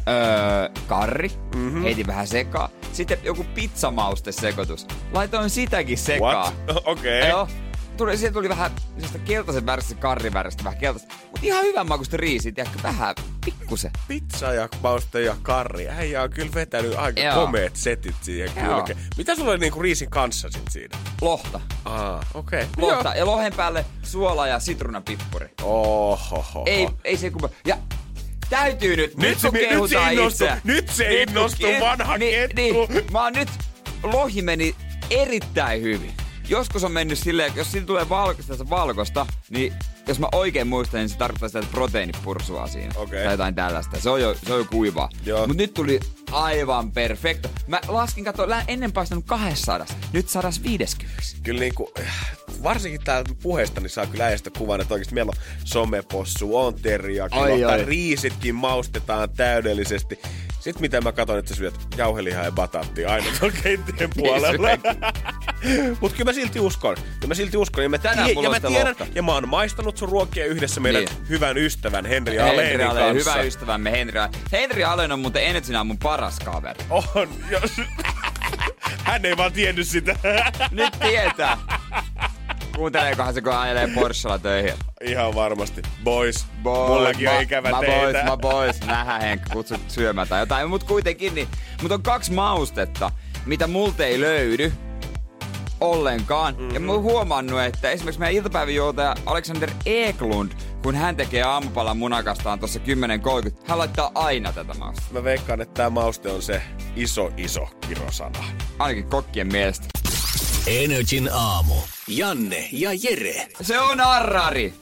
karri, heitin vähän sekaa. Sitten joku pizzamaustesekoitus. Laitoin sitäkin sekaan. What? Okei. Joo. Siitä tuli vähän keltaisen väristä, karrin väristä, vähän keltaista. Mut ihan hyvän makuista riisiä, tiedätkö, vähän pikkusen. Pizza ja mauste ja karri. Äijä on kyllä vetänyt aika komeet setit siihen kylkeen. Mitä sulla oli niinku riisin kanssa sit siinä? Lohta. Okei. Lohta ja lohen päälle suola ja sitruunapippuri. Ohoho. Ei se kumma. Ja täytyy nyt kun kehutaan itseä. Nyt se innostuu vanha kettu. Niin, lohi meni erittäin hyvin. Joskus on mennyt silleen, että jos siitä tulee valkoista, niin jos mä oikein muistan, niin se tarkoittaa sitä, että proteiinit pursuaa siinä. Okay. Tai jotain tällaista. Se on jo kuivaa. Mut nyt tuli aivan perfecto. Mä laskin, ennen paistanut 200. Nyt 150. Kyllä niinku, varsinkin täällä puheesta, niin saa kyllä äijästä kuvan, että oikeesti meillä on somepossu, on teriyaki, riisitkin maustetaan täydellisesti. Sitten mitä mä katson, että sä syöt jauhelihaa ja bataattia aina tuolla keittiön puolella. Mut kyllä mä silti uskon. Ja mä tiedän, ja mä oon maistanut sun ruokia yhdessä meidän hyvän ystävän Henri Alenin kanssa. Hyvä ystävämme Henri Alen. Henri Alen on muuten Energin mun paras kaveri. On, jos... Hän ei vaan tiennyt sitä. Nyt tietää. Kuunteleekohan se, kun ajelee Porschella töihin? Ihan varmasti. Boys. Mullakin on ikävä teitä. Mä boys. Nähdään Henkka, kutsut syömään tai jotain. Mut kuitenkin niin. Mut on 2 maustetta, mitä multa ei löydy ollenkaan. Ja mä oon huomannut, että esimerkiksi meidän iltapäiväjuotaja Alexander Eklund, kun hän tekee aamupalan munakastaan tuossa 10.30, hän laittaa aina tätä maustetta. Mä veikkaan, että tää mauste on se iso kirosana. Ainakin kokkien mielestä. Energin aamu. Janne ja Jere. Se on arrari.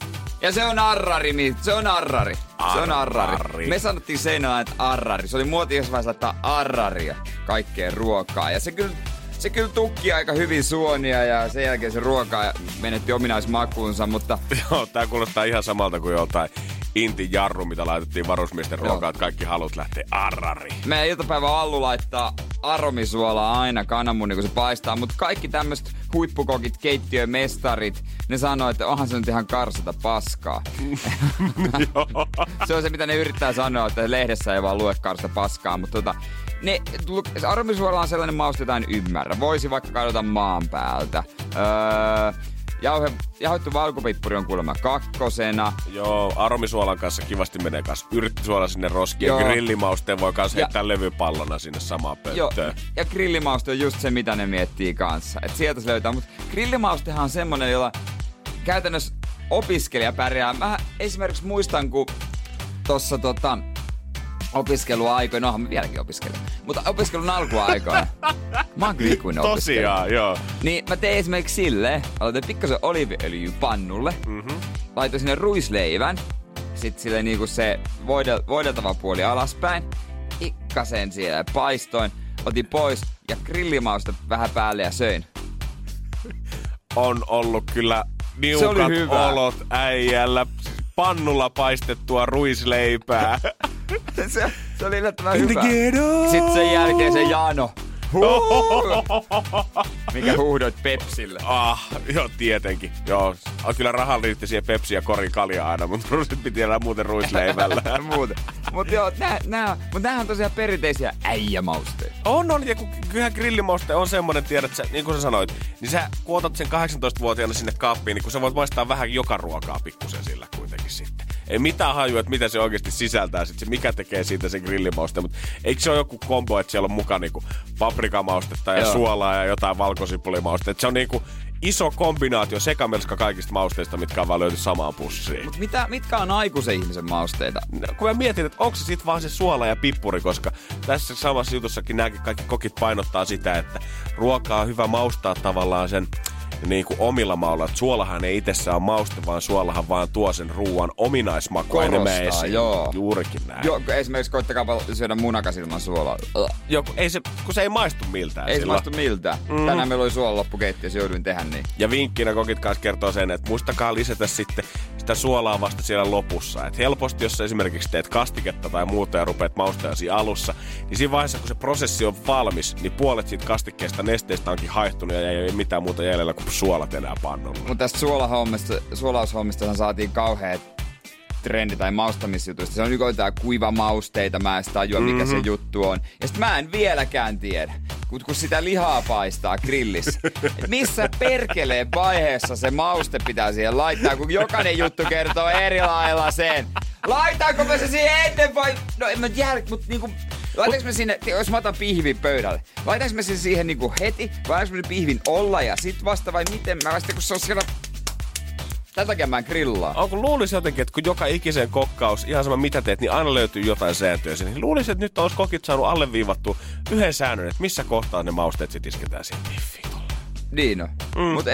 Ja se on arrari, se on arrari. Se on arrari. Me sanottiin Seinällä, että arrari. Se oli muoti, jos vähän laittaa arraria kaikkeen ruokaa. Ja se kyllä tukki aika hyvin suonia ja sen jälkeen se ruoka menetti ominaismakuunsa, mutta... Joo, tää kuulostaa ihan samalta kuin joltain Intin jarru, mitä laitettiin varusmiesten ruokaa, että kaikki halut lähtee arrariin. Meidän iltapäivän Allu laittaa aromisuolaa aina kananmunin, kun se paistaa, mutta kaikki tämmöiset huippukokit, keittiömestarit, ne sanoo, että onhan se nyt ihan karsata paskaa. Se on se, mitä ne yrittää sanoa, että lehdessä ei vaan lue karsata paskaa, mutta aromisuola on sellainen mauste, jota en ymmärrä. Voisi vaikka kadota maan päältä. Jauhettu valkopippuri on kuulemma 2. Joo, aromisuolan kanssa kivasti menee kanssa yrttisuola sinne roskiin. Ja grillimausteen voi kanssa heittää levypallona sinne samaan pönttöön. Ja grillimauste on just se, mitä ne miettii kanssa. Et sieltä se löytää. Mutta grillimaustehan on semmonen, jolla käytännössä opiskelija pärjää. Mä esimerkiksi muistan, kun tossa opiskeluaikoina, mä vieläkin opiskelen, mutta opiskelun alkuaikoina. Mä oon kyllä ikuinen opiskelija. Tosiaan, joo. Niin mä tein esimerkiksi silleen, aloitin pikkasen oliiviöljyä pannulle, laitoin sinne ruisleivän, sit silleen niinku se voideltava puoli alaspäin, pikkasen siellä paistoin, otin pois ja grillimausta vähän päälle ja söin. On ollut kyllä niukat olot äijällä, pannulla paistettua ruisleipää. Se oli yllättävän hyvä. Sitten sen jälkeen se Jano. Mikä huudoit Pepsille. Joo, tietenkin. Joo, kyllä rahalla riitti siihen Pepsi ja korin kaljaa aina, mutta ruisit piti elää muuten ruisleivällä. Mutta joo, nää on tosiaan perinteisiä äijämausteita. On, ja kyllähän grillimauste on semmonen, tiedät sä, niin kuin sä sanoit, niin sä kuotat sen 18-vuotiaana sinne kaappiin, niin kun sä voit maistaa vähän joka ruokaa pikkusen sillä kuitenkin sitten. Ei mitään hajua, että mitä se oikeasti sisältää, sit se mikä tekee siitä sen grillimauste, mutta eikö se ole joku kombo, että siellä on mukaan niinku paprikamaustetta ja suolaa ja jotain valkosipulimaustetta. Se on niinku iso kombinaatio, sekamelska kaikista mausteista, mitkä on vaan löyty samaan pussiin. Mut mitkä on aikuisen ihmisen mausteita? No, kun mä mietin, että onko se sit vaan se suola ja pippuri, koska tässä samassa jutussakin nämäkin kaikki kokit painottaa sitä, että ruokaa on hyvä maustaa tavallaan sen niin kuin omilla maulla. Suolahan ei itsessään ole mauste, vaan suolahan vaan tuo sen ruuan ominaismakua enemmän esiin. Joo. Juurikin näin. Joo, esimerkiksi koittakaa syödä munakas ilman suolaa. Joo, kun se ei maistu miltään. Ei se maistu miltään. Tänään meillä oli suola loppukeittiössä, jouduin tehdä niin. Ja vinkkinä kokit kanssa kertoo sen, että muistakaa lisätä sitten sitä suolaa vasta siellä lopussa. Et helposti, jos esimerkiksi teet kastiketta tai muuta ja rupeat maustaa siinä alussa, niin siinä vaiheessa, kun se prosessi on valmis, niin puolet siitä kastikkeesta nesteestä onkin haihtunut ja ei mitään muuta jäljellä kuin suolat enää pannulla. Mutta tästä suolaushommista saatiin kauheat trendi tai maustamisjutuista. Se on jotain kuivamausteita, mä en tajua mikä se juttu on. Ja sit mä en vieläkään tiedä, kun sitä lihaa paistaa grillissä. Et missä perkeleen vaiheessa se mauste pitää siihen laittaa, kun jokainen juttu kertoo eri lailla sen. Laitaanko mä se siihen ennen vai... No en mä tiedä, mutta niinku... Laitaanko me sinne, jos mä otan pihvin pöydälle, laitaanko me sen siihen niinku heti, vai laitaanko me pihvin olla ja sit vasta vai miten mä vasta, kun se on siellä... Tätä takia mä en grillaa. Onko luulisi jotenkin, että kun joka ikisen kokkaus, ihan sama mitä teet, niin aina löytyy jotain sääntöjä. Niin luulisi, että nyt olisi kokit saanut alleviivattua yhden säännön, että missä kohtaa ne mausteet sit isketään siihen pihviin. Niin no. Mut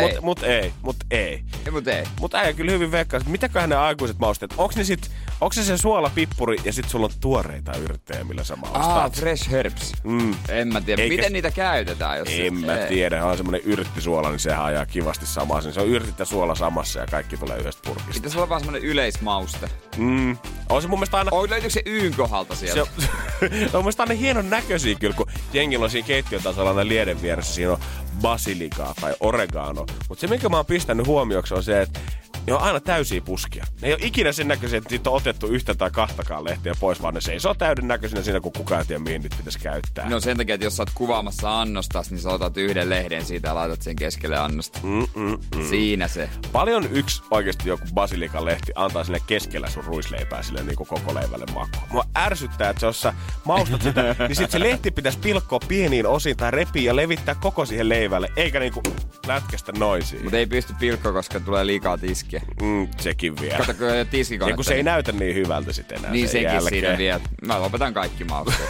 ei. Mut äijä kyllä hyvin veikkaa, että mitäköhän ne aikuiset mausteet, onko se suola, pippuri ja sit sulla on tuoreita yrttejä, millä sä maustat? Fresh herbs. En mä tiedä. Miten niitä käytetään? Jos mä tiedä. On semmonen yrttisuola, niin sehän ajaa kivasti samaa. Se on yrtit ja suola samassa ja kaikki tulee yhdestä purkista. Pitäis olla vaan semmonen yleismauste. On se mun mielestä aina... Löytyykö se Yn kohdalta sieltä? Se on mun mielestä aina hienon näköisiä kyllä, kun jengillä on siinä keittiötasolla aina lieden vieressä. Siinä on basilikaa tai oregano. Mutta se, minkä mä oon pistänyt huomioksi, on se, että ne on aina täysiä puskia. Ne ei ole ikinä sen näköisiä, että siitä on otettu yhtä tai kahtakaan lehtiä pois, vaan ne seisoo täyden näköisinä siinä, kun kukaan ei tiedä, mihin niitä pitäisi käyttää. No sen takia, että jos sä oot kuvaamassa annostas, niin sä otat yhden lehden siitä ja laitat sen keskelle annosta. Siinä se. Paljon yksi oikeasti joku basilikan lehti antaa sinne keskellä sun ruisleipää sille niin kuin koko leivälle makua. Mua ärsyttää, että jos sä maustat sitä, niin sit se lehti pitäisi pilkkoa pieniin osiin tai repiä ja levittää koko siihen leivälle, eikä niinku lätkästä noisiin. Mutta ei pysty pilkkoa, koska tulee liikaa tiskiä. Sekin vielä. Kato, kun ei tiskikone. Ja kun se ei näytä niin hyvältä sit enää. Niin sekin jälkeen. Siinä vielä. Mä lopetan kaikki mausteet.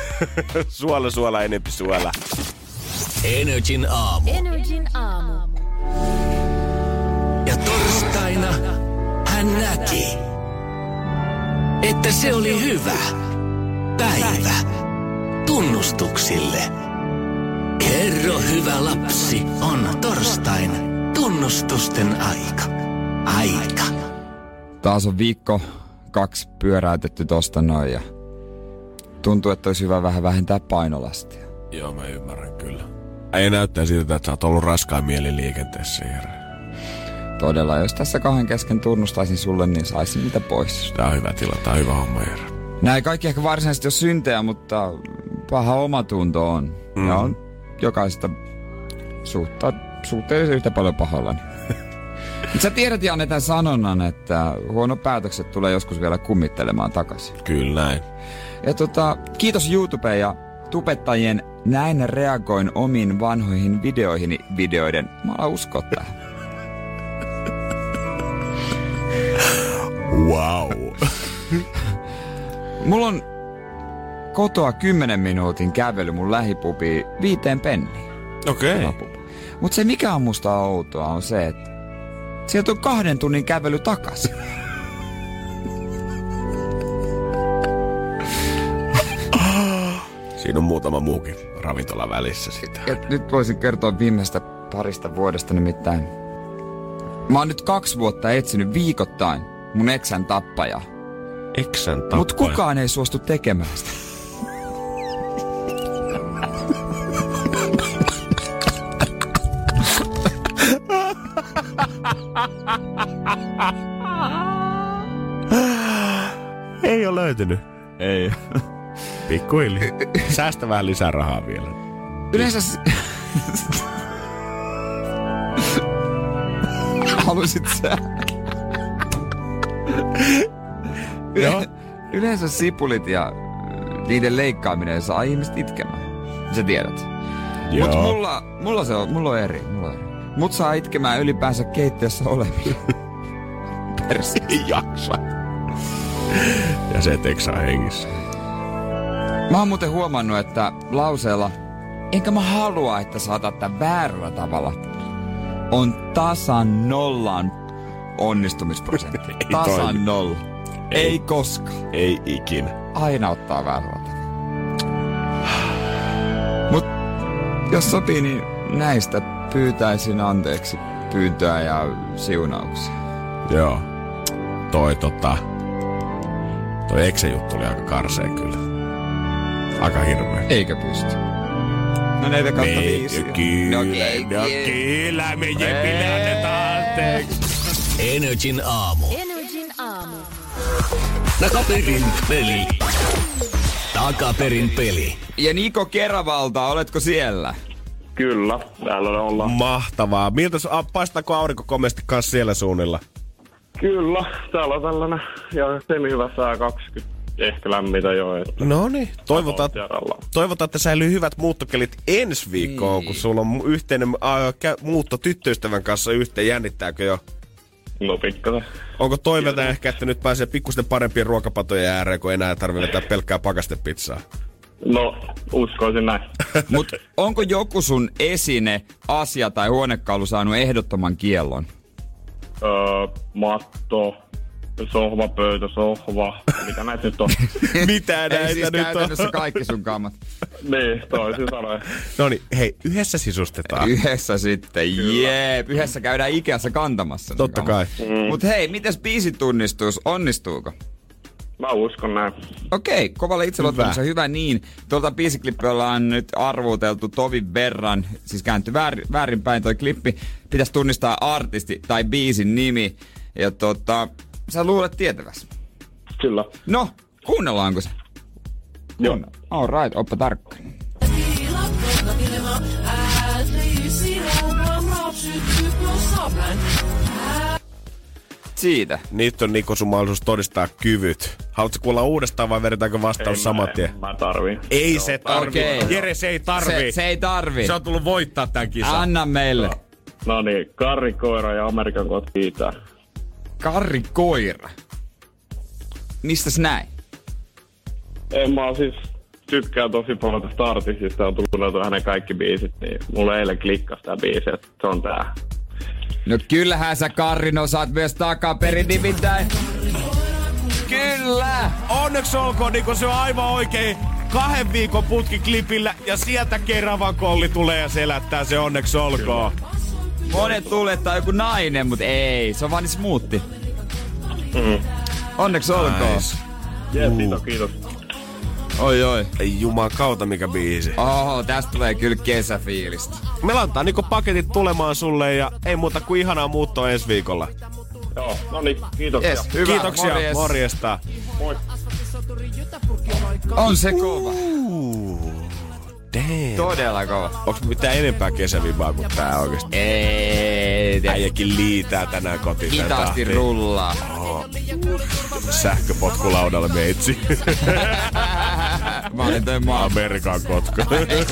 suola, enempi suola. Energin aamu. Energin aamu. Ja torstaina hän näki, että se oli hyvä päivä tunnustuksille. Kerro hyvä lapsi, on torstain tunnustusten aika. Taas on viikko 2 pyöräytetty tosta noin ja tuntuu, että olisi hyvä vähän vähentää painolastia. Joo, mä ymmärrän kyllä. Ei näyttää siltä, että sä oot ollut raskaan mieli liikenteessä, Jere. Todella, jos tässä 2 kesken tunnustaisin sulle, niin saisin niitä pois. Tää on hyvä tila, tää on hyvä homma, Jere. Näin kaikki ehkä varsinaisesti ole syntejä, mutta paha omatunto on. Ja on jokaisesta suhteellisesti yhtä paljon pahoillani. Sä tiedät, Janne, tämän sanonnan, että huono päätökset tulee joskus vielä kummittelemaan takaisin. Kyllä näin. Ja kiitos YouTube ja tubettajien näin reagoin omiin vanhoihin videoiden. Mä alan uskoa tähän. Wow. Mulla on kotoa 10 minuutin kävely mun lähipubiin 5 penniin. Okei. Mut se mikä on musta outoa on se, että sieltä on 2 tunnin kävely takaisin. Siinä on muutama muukin ravintola välissä sitä. Ja nyt voisin kertoa viimeistä parista vuodesta nimittäin. Mä oon nyt 2 vuotta etsinyt viikoittain mun eksän tappajaa. Eksän tappaja? Mut kukaan ei suostu tekemään sitä. Ei ole löytynyt. Ei. Pikkuhiljaa. Säästä vähän lisää rahaa vielä. Yleensä... Halusit sä? Yleensä sipulit ja niiden leikkaaminen saa ihmiset itkemään. Sä tiedät. Joo. Mut mulla on eri. Mut saa itkemään ylipäänsä keittiössä olevia. Ei jaksa. Ja se et saa hengissä. Mä oon muuten huomannut, että lauseella enkä mä halua, että saatat tämän väärällä tavalla on tasan 0 onnistumisprosentti. Tasan 0. Ei koskaan. Ei ikinä. Aina ottaa väärällä tavalla. Mut jos sopii, niin näistä pyytäisin anteeksi pyyntöä ja siunauksia. Joo. Toi eksä juttu oli aika karseen kyllä. Aika hirveä. Eikä pysty. No 4/5. Kyllä, me Jepille annetaan anteeksi. Energin aamu. Takaperin peli. Ja Niko Keravalta, oletko siellä? Kyllä, täällä ollaan. Mahtavaa. Paistaako aurinko komeasti kanssa siellä suunnilla? Kyllä, täällä on tällainen ja semi-hyvä sää 20, ehkä lämmitä jo. Noniin, toivotaan, että säilyy hyvät muuttokelit ensi viikkoon, kun sulla on yhteinen muutto tyttöystävän kanssa yhteen. Jännittääkö jo? No pikkasen. Onko toiveita ehkä, että nyt pääsee pikkusten parempien ruokapatojen ääreen, kun enää tarvitse vetää pelkkää pakastepizzaa? No, uskoisin näin. Mut onko joku sun esine, asia tai huonekaulu saanut ehdottoman kiellon? Matto, sohvapöytä, sohva. Mitä näitä nyt on? Mitä näitä Ei siis nyt käytännössä on? kaikki sun kammat. Niin, toisin sanoen. Noniin, hei, yhdessä sisustetaan. Yhdessä sitten, jeep. Yhdessä käydään Ikeassa kantamassa. Totta kai. Mut hei, mites biisitunnistus, onnistuuko? Mä uskon näin. Okei, kovalla itseluottamuksella hyvä niin. Tuolta biisiklippiä ollaan nyt arvuuteltu tovin verran. Siis kääntyi väärinpäin toi klippi. Pitäisi tunnistaa artisti tai biisin nimi. Ja sä luulet tietäväs. Kyllä. No, kuunnellaanko se? Joo. All right, oppa tarkka. Siitä. Nyt on Niko sun mahdollisuus todistaa kyvyt. Haluatko kuulla uudestaan vai vedetäänkö vastaus saman tien? Mä tarviin. Ei se tarvii. Okei. Jere, se ei tarvii. Se ei tarvii. Se on tullut voittaa tän kisan. Anna meille. No niin, Karri Koira ja Amerikan Got Guitar. Karri Koira. Mistäs näin? Mä siis tykkään tosi paljon tästä artistista. On tullut hänen kaikki biisit, niin mulle eilen klikkasi tää biisi, että se on tää. No kyllähän sä Karrin osaat myös takaperin nimittäin. Kyllä! Onneksi olkoon, niin se on aivan oikein 2 viikon putkiklipillä ja sieltä Keravan kolli tulee ja selättää se onneksi olkoon. Monet tuulettaa joku nainen, mutta ei. Se on vaan niin smoothi. Onneksi olkoon. Nice. Kiitos. Oi. Ei jumakauta mikä biisi. Tästä tulee kyllä kesäfiilistä. Me laittaa niinku paketit tulemaan sulle ja ei muuta kuin ihanaa muuttoa ensi viikolla. Joo, no niin, kiitoksia. Yes, hyvä. Kiitoksia, morjesta. Moi. On se kova. Damn. Todella kova. Onks mitään enempää kesävibaa kuin tää oikeesti? Ei. Äijäkin liitää tänään kotiin. Hitaasti rullaa. Sähköpotkulaudalle meitsi. Mä olin toi maa. Amerikan kotka.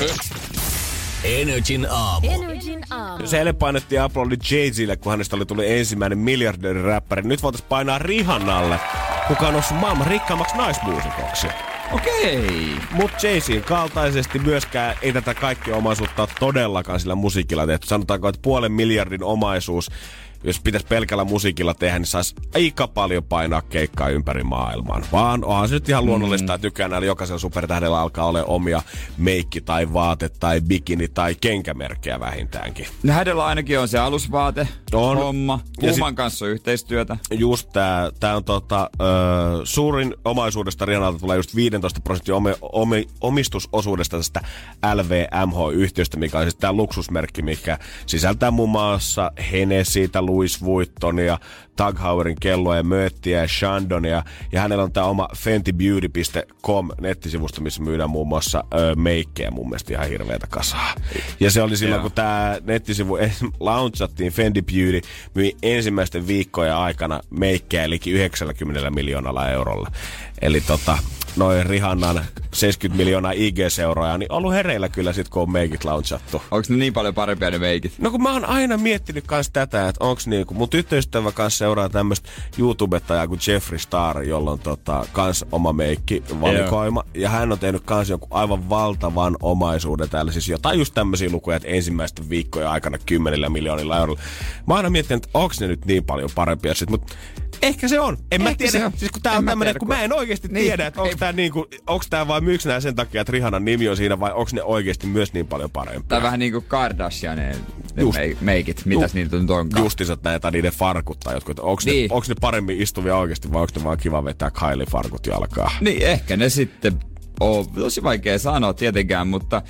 Energin aamu. Se eilen painettiin aplodit Jay-Zille, kun hänestä oli tullut ensimmäinen miljardööriräppäri. Nyt voitais painaa Rihannalle, kuka on noussut maailman rikkaammaksi naismuusikoksi. Okei. Mut Jay-Zin kaltaisesti myöskään ei tätä kaikkea omaisuutta todellakaan sillä musiikilla tehty. Sanotaanko, että 500 miljardin omaisuus, jos pitäisi pelkällä musiikilla tehdä, niin saisi aika paljon painaa keikkaa ympäri maailmaan. Vaan onhan se nyt ihan luonnollista, että nykyään näillä jokaisella supertähdellä alkaa olla omia meikki- tai vaate- tai bikini- tai kenkämerkkejä vähintäänkin. No hänellä ainakin on se alusvaate, homma. Puuman kanssa on yhteistyötä. Just tää on suurin omaisuudesta Rihannalta tulee just 15% omistusosuudesta tästä LVMH-yhtiöstä, mikä on siis tää luksusmerkki, mikä sisältää muun muassa Hennessytä, Louis Vuittonia, Tag Heuerin kelloa ja mööttiä ja Chandonia. Ja hänellä on tää oma fentybeauty.com nettisivusto, missä myydään muun muassa meikkejä mun mielestä ihan hirveätä kasaa. Ja se oli silloin, kun tää nettisivu launchattiin, Fendi Beauty myi ensimmäisten viikkojen aikana meikkejä eli 90 miljoonalla eurolla. Eli noin Rihannan 70 miljoonaa IG-seuraajaa, niin ollut hereillä kyllä sit, kun on meikit launchattu. Onks ne niin paljon parempia ne meikit? No kun mä oon aina miettinyt kans tätä, että onks niinku, mun tyttöystävä kanssa seuraa tämmöstä YouTubettajaa kuin Jeffree Star, jolla on kans oma meikki valikoima. Ja hän on tehnyt kans jonkun aivan valtavan omaisuuden täällä, siis jotain just tämmösiä lukuja, että ensimmäisten viikkojen aikana 10 miljoonilla eurolla. Mä oon aina miettinyt, että onks ne nyt niin paljon parempia sit, mut ehkä se on. En mä tiedä. Siis kun tää on tämmönen, kun mä en oikeesti tiedä, että onks tää vaan myyks nää sen takia, että Rihannan nimi on siinä, vai onks ne oikeesti myös niin paljon parempia? Tää vähän niinku Kardashianen meikit. Mitäs niitä nyt onkaan? Justisat näitä niiden farkut tai jotkut. Onks ne paremmin istuvia oikeesti, vai onks ne vaan kiva vetää Kylie-farkut jalkaa? Niin, ehkä ne sitten on tosi vaikea sanoa tietenkään, mutta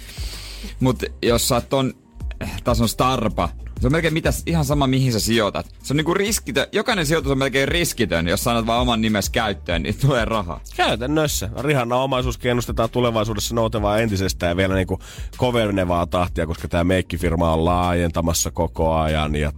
jos sä oot ton tason starpa, se on melkein ihan sama, mihin sä sijoitat. Se on niinku riskitön. Jokainen sijoitus on melkein riskitön. Jos sanot vaan oman nimes käyttöön, niin tulee rahaa. Käytännössä. Rihannan omaisuus ennustetaan tulevaisuudessa noutevaa entisestään ja vielä niinku kovenevaa tahtia, koska tää meikkifirma on laajentamassa koko ajan. Ja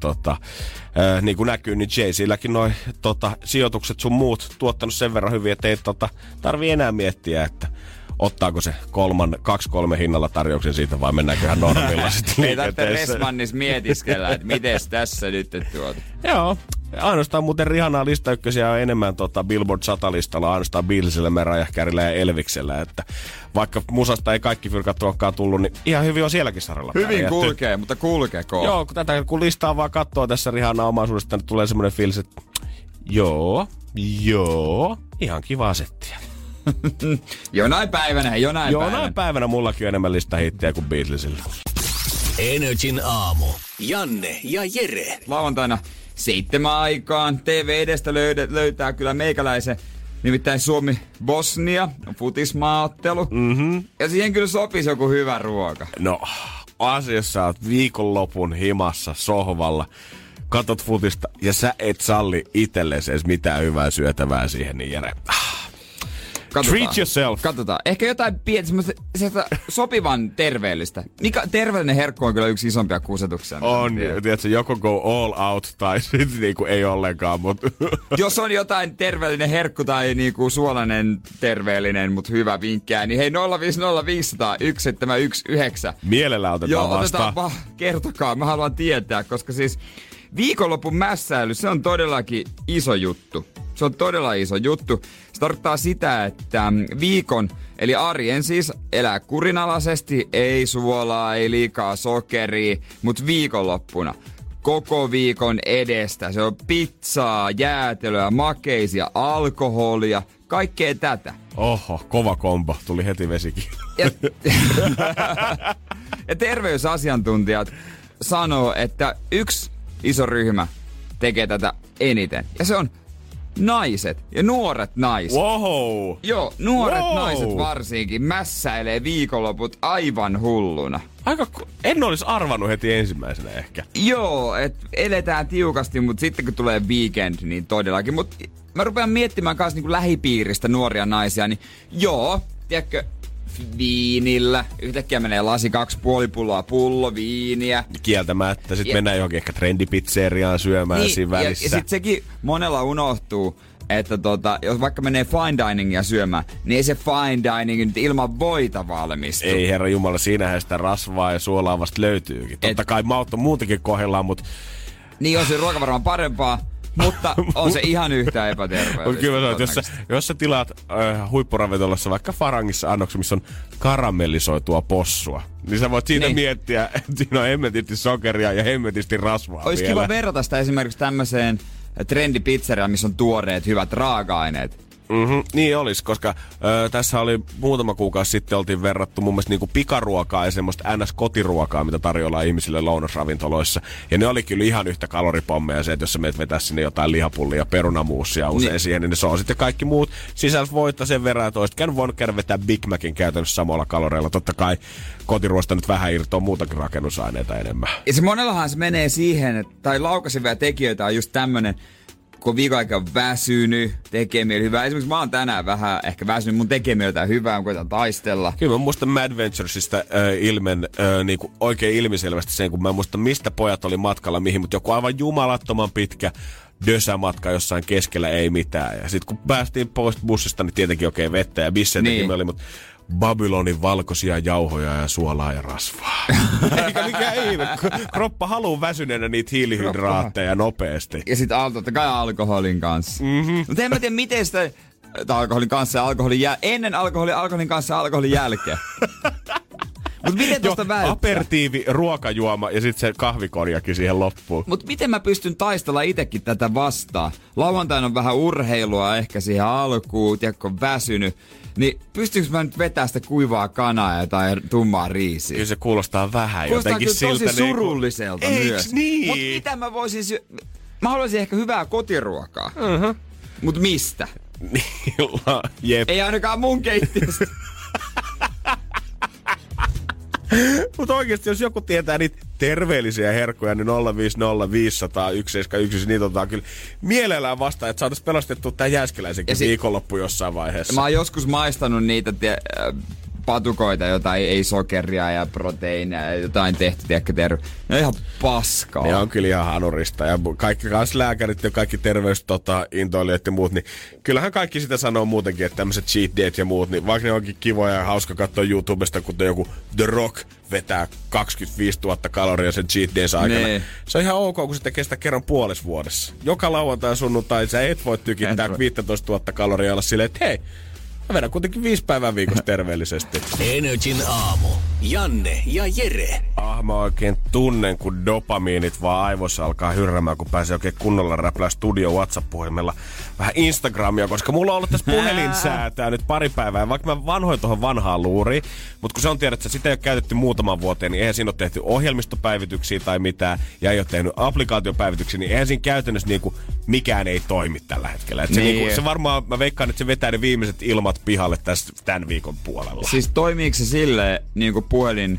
niin kuin näkyy, niin Jay-Zilläkin noi sijoitukset sun muut tuottanut sen verran hyvin, että ei tarvii enää miettiä, että ottaako se 2-3 hinnalla tarjouksen siitä vai mennäänkö ihan normilla sitten ei tarvitse Resmannis mietiskellä, että mites tässä nyt Joo. Ainoastaan muuten Rihannaa listaykkösiä on enemmän Billboard 100-listalla, ainoastaan Beatlesilla, Mariah Careyllä ja Elviksellä. Että vaikka musasta ei kaikki fyrkat olekaan tullut, niin ihan hyvin on sielläkin saralla. Hyvin kulkee, mutta kulkeeko? Joo, kun listaa vaan katsoo tässä Rihannan omaisuudesta, niin tulee semmoinen fiilis, että joo, ihan kiva settiä. Jonain päivänä mullakin on enemmän listahittiä kuin Beatlesilla. Energin aamu. Janne ja Jere. Lauantaina 7 aikaan TV edestä löytää kyllä meikäläisen, nimittäin Suomi-Bosnia, futismaaottelu. Mm-hmm. Ja siihen kyllä sopisi joku hyvä ruoka. No, asiassa oot viikonlopun himassa sohvalla, katot futista ja sä et salli itsellesi edes mitään hyvää syötävää siihen, niin Jere. Treat yourself. Katsotaan. Ehkä jotain pientä semmoista sopivan terveellistä. Terveellinen herkku on kyllä yksi isompia kusetuksia. On, tiedätkö, joko go all out tai sitten niinku ei ollenkaan, mutta jos on jotain terveellinen herkku tai niinku suolainen terveellinen, mutta hyvä vinkkää, niin hei 050501719. Mielellä otetaan vastaan. Kertokaa, mä haluan tietää, koska siis viikonlopun mässäily, se on todellakin iso juttu. Se on todella iso juttu. Se tarkoittaa sitä, että viikon, eli arjen siis, elää kurinalaisesti, ei suolaa, ei liikaa sokeria, mutta viikonloppuna koko viikon edestä. Se on pizzaa, jäätelöä, makeisia, alkoholia, kaikkea tätä. Oho, kova kombo. Tuli heti vesikin. Ja terveysasiantuntijat sanoo, että yksi iso ryhmä tekee tätä eniten. Ja se on naiset ja nuoret naiset. Wow! Joo, nuoret naiset varsinkin mässäilee viikonloput aivan hulluna. En olisi arvannut heti ensimmäisenä ehkä. Joo, että eletään tiukasti, mutta sitten kun tulee weekend, niin todellakin. Mutta mä rupean miettimään kanssa niin kuin lähipiiristä nuoria naisia, niin joo, tiedätkö, viinillä. Yhtäkkiä menee lasi 2,5 pullo viiniä. Kieltämättä. Sitten mennään johonkin ehkä trendipizzeriaan syömään niin, siinä välissä. Ja sitten sekin monella unohtuu, että jos vaikka menee fine diningia syömään, niin ei se fine dining nyt ilman voita valmistu. Ei herra jumala, siinähän sitä rasvaa ja suolaa vasta löytyykin. Totta kai maut on muutenkin kohdillaan, mutta... Niin on se ruoka varmaan parempaa. Mutta on se ihan yhtä epäterveellistä. Mutta kyllä mä sanon, jos sä tilaat huippuravintolassa vaikka Farangissa annoksen, missä on karamellisoitua possua, niin sä voit siitä miettiä, että siinä on hemmetisti sokeria ja hemmetisti rasvaa. Olisi kiva verrata sitä esimerkiksi tämmöiseen trendipizzeriaan, missä on tuoreet hyvät raaka-aineet. Niin olisi, koska tässä oli muutama kuukausi sitten oltiin verrattu mun mielestä niinku pikaruokaa ja semmoista NS-kotiruokaa, mitä tarjoillaan ihmisille lounasravintoloissa. Ja ne oli kyllä ihan yhtä kaloripommeja se, että jos sä meet vetää sinne jotain lihapullia ja perunamuusia usein siihen, niin se on sitten kaikki muut sisältövoita sen verran, että olisit voinut käydä vetää Big Macin käytännössä samoilla kaloreilla. Totta kai kotiruosta nyt vähän irtoa muutakin rakennusaineita enemmän. Ja se monellahan se menee siihen, tai laukaisevia tekijöitä on just tämmönen, kun viikon aika on väsynyt, tekee mieli hyvää. Esimerkiksi mä oon tänään vähän ehkä väsynyt, mun tekee mieli jotain hyvää, mä koitan taistella. Kyllä mä muistan Mad Venturesista niinku oikein ilmiselvästi sen, kun mä muistan mistä pojat oli matkalla mihin, mutta joku aivan jumalattoman pitkä dösämatka jossain keskellä ei mitään. Ja sit kun päästiin pois bussista, niin tietenkin vettä ja bisseitäkin me oli, mutta Babylonin valkoisia jauhoja ja suolaa ja rasvaa. Eikä mikään ihme. Kroppa haluu väsyneenä niitä hiilihydraatteja nopeasti. Ja sit totta kai alkoholin kanssa. Mutta en mä tiedä, miten sitä alkoholin kanssa ja ennen alkoholin kanssa ja alkoholin jälkeen. Mut miten tosta välttää? Aperitiivi, ruokajuoma ja sit se kahvikorjakin siihen loppuun. Mut miten mä pystyn taistella itekin tätä vastaan? Lauantaina on vähän urheilua ehkä siihen alkuun, tiedätkö, väsynyt. Niin pystyykö mä nyt vetää sitä kuivaa kanaa tai tummaa riisiä? Kyllä se kuulostaa vähän jotenkin siltä. Kuulostaa tosi surulliselta myös. Niin? Mut mitä mä voisin mä haluaisin ehkä hyvää kotiruokaa. Mut mistä? Jep. Ei ainakaan mun keittiöstä. Mutta oikeesti, jos joku tietää niitä terveellisiä herkkuja, niin 050 500 171, niitä otetaan kyllä mielellään vastaan, että saataisiin pelastettua tää Jääskeläisenkin viikonloppu jossain vaiheessa. Mä oon joskus maistanut niitä patukoita, jotain ei sokeria ja proteiineja ja jotain tehty, tiedätkö, ne on ihan paskaa. Ne on kyllä ihan hanurista. Ja kaikki kanssa lääkärit ja kaikki intoilijat ja muut, niin kyllähän kaikki sitä sanoo muutenkin, että tämmöiset cheat days ja muut, niin vaikka ne onkin kivoja ja hauska katsoa YouTubesta, kun joku The Rock vetää 25 000 kaloria sen cheat days aikana. Nee. Se on ihan ok, kun se tekee sitä kerran puolessa vuodessa. Joka lauantai sunnuntai sä et voi tykittää 15 000 kaloria olla silleen, että hei, mä vedän kuitenkin 5 päivää viikossa terveellisesti. NRJ:n aamu. Janne ja Jere. Mä oikein tunnen, kun dopamiinit vaan aivoissa alkaa hyrrämään, kun pääsee oikein kunnolla räplää studio WhatsApp-puhelimella vähän Instagramia, koska mulla on ollut tässä puhelinsäätää nyt pari päivää, vaikka mä vanhoin tuohon vanhaan luuriin, mutta kun se on tiedät, että sitä ei ole käytetty muutaman vuoteen, niin eihän siinä ole tehty ohjelmistopäivityksiä tai mitään, ja ei ole tehnyt applikaatiopäivityksiä, niin eihän siinä käytännössä niinku mikään ei toimi tällä hetkellä. Et se, niin. niinku, se varmaan, mä veikkaan, että se vetää ne viimeiset ilmat pihalle tässä tämän viikon puolella. Siis toimiiko se silleen, niin kuin puhelin,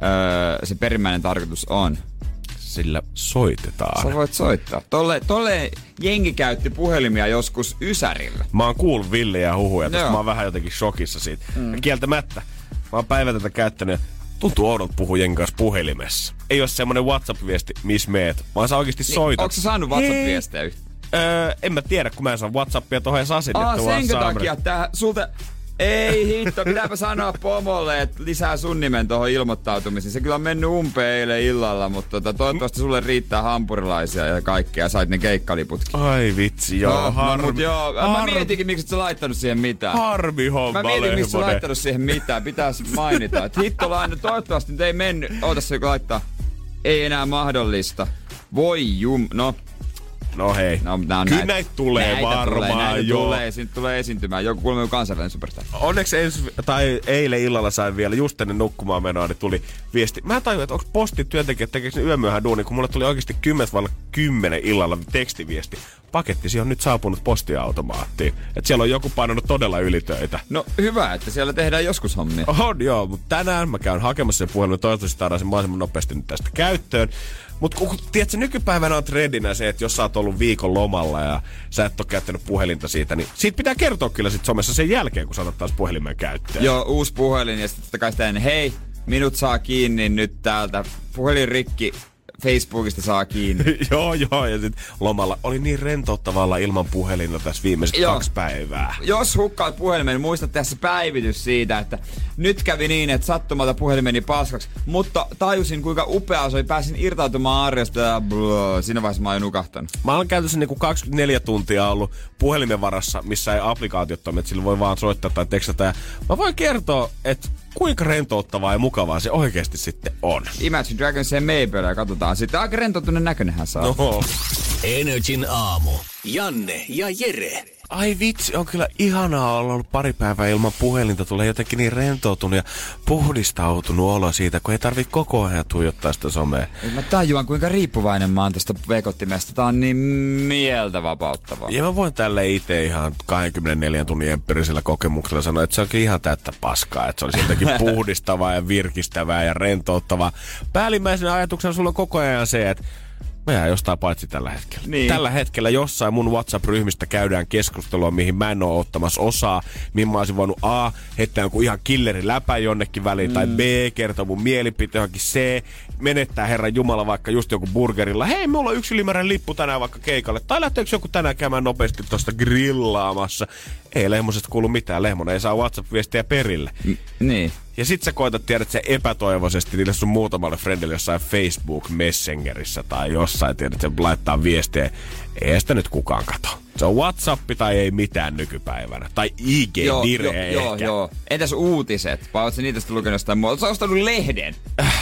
se perimmäinen tarkoitus on? Sillä soitetaan. Sä voit soittaa. Tolle jengi käytti puhelimia joskus Ysärillä. Mä oon kuullut villejä huhuja, koska mä oon vähän jotenkin shokissa siitä. Ja kieltämättä, mä oon päivä tätä käyttänyt ja tuntuu oudolta puhua jengin kanssa puhelimessa. Ei oo semmonen WhatsApp-viesti, miss meet, vaan sä oikeesti soitat. Onko sä saanut WhatsApp-viestejä yhtä? En mä tiedä, kun mä en saa WhatsAppia tohon edes asennettua. Senkö takia tää sulta... Ei hitto, pitääpä sanoa pomolle, että lisää sun nimen tuohon ilmoittautumisiin. Se kyllä on mennyt umpeen eilen illalla, mutta toivottavasti sulle riittää hampurilaisia ja kaikkea. Sait ne keikkaliputkin. Ai vitsi, joo. Harmi. Mä mietinkin, miksi et sä laittanut siihen mitään. Harmi homma, Mä mietin, miksi sä laittanut siihen mitään. Pitäis mainita. Että hitto laina, toivottavasti nyt ei mennyt. Ootas se, kun laittaa. Ei enää mahdollista. No hei. Kyllä näitä tulee varmaan, Siitä tulee esiintymään. Joku kuulemma kansainvälinen superstar. Onneksi eilen illalla sain vielä, just ennen nukkumaan menoa, niin tuli viesti. Mä tajuin, että onko postityöntekijät tekeekö ne yömyöhään duuni, kun mulle tuli oikeasti 10 illalla tekstiviesti. Pakettisi on nyt saapunut postiautomaattiin. Että siellä on joku painanut todella ylitöitä. No hyvä, että siellä tehdään joskus hommia. On joo, mutta tänään mä käyn hakemassa sen puhelimen. Toivottavasti saadaan sen mahdollisimman nopeasti nyt tästä käyttöön. Mutta tiedätkö, nykypäivänä on trendinä se, että jos sä oot ollut viikon lomalla ja sä et ole käyttänyt puhelinta siitä, niin siitä pitää kertoa kyllä sit somessa sen jälkeen, kun sä otat taas puhelimen käyttöön. Joo, uusi puhelin ja sitten kai sitä ennen, hei, minut saa kiinni nyt täältä, puhelin rikki, Facebookista saa kiinni. Joo, ja sit lomalla oli niin rentouttavalla ilman puhelinta tässä viimeiset 2 päivää. Jos hukkaat puhelimen, niin muista tehdä se päivitys siitä, että nyt kävi niin, että sattumalta puhelimeni meni paskaksi, mutta tajusin kuinka upeaa se oli, pääsin irtautumaan arjesta ja siinä vaiheessa mä oon jo nukahtanut. Mä olen käytössä niinku 24 tuntia ollut puhelimen varassa, missä ei applikaatiot toimi, että sillä voi vaan soittaa tai tekstata. Ja mä voin kertoa, että kuinka rentouttavaa ja mukavaa se oikeasti sitten on. Imagine Dragons ja Maybell ja katsotaan sitten. Aika rentoutunut näköinenhän saa. No. Energin aamu. Janne ja Jere. Ai vitsi, on kyllä ihanaa olla ollut pari päivää ilman puhelinta. Tulee jotenkin niin rentoutunut ja puhdistautunut olo siitä, kun ei tarvitse koko ajan tuijottaa sitä somea. Mä tajuan, kuinka riippuvainen mä oon tästä vekottimesta. Tää on niin mieltä vapauttavaa. Ja mä voin tälle itse ihan 24 tunnin empiirisellä kokemuksella sanoa, että se onkin ihan täyttä paskaa. Että se olisi jotenkin puhdistavaa ja virkistävää ja rentouttavaa. Päällimmäisenä ajatuksena sulla on koko ajan se, että mä jää jostain paitsi tällä hetkellä. Niin. Tällä hetkellä jossain mun WhatsApp-ryhmistä käydään keskustelua, mihin mä en oo ottamassa osaa. Mihin mä olisin voinut A, heittää jonkun ihan killeri läpä jonnekin väliin. Tai B, kertoa mun mielipiteen johonkin. C, menettää Herran Jumala vaikka just joku burgerilla. Hei, mulla on 1 ylimääräinen lippu tänään vaikka keikalle. Tai lähteekö joku tänään käymään nopeasti tosta grillaamassa. Ei Lehmosesta kuulu mitään. Lehmonen ei saa WhatsApp-viestiä perille. Niin. Ja sit sä koetat tiedät se epätoivoisesti niille sun muutamalle friendille jossain Facebook Messengerissä tai jossain tiedät se laittaa viestiä. Ei sitä nyt kukaan kato. Se on WhatsApp tai ei mitään nykypäivänä. Tai IG Dire ehkä. Joo. Entäs uutiset? Vai ootko niitä sitten lukenut jostain muuta? Ootko ostanut lehden?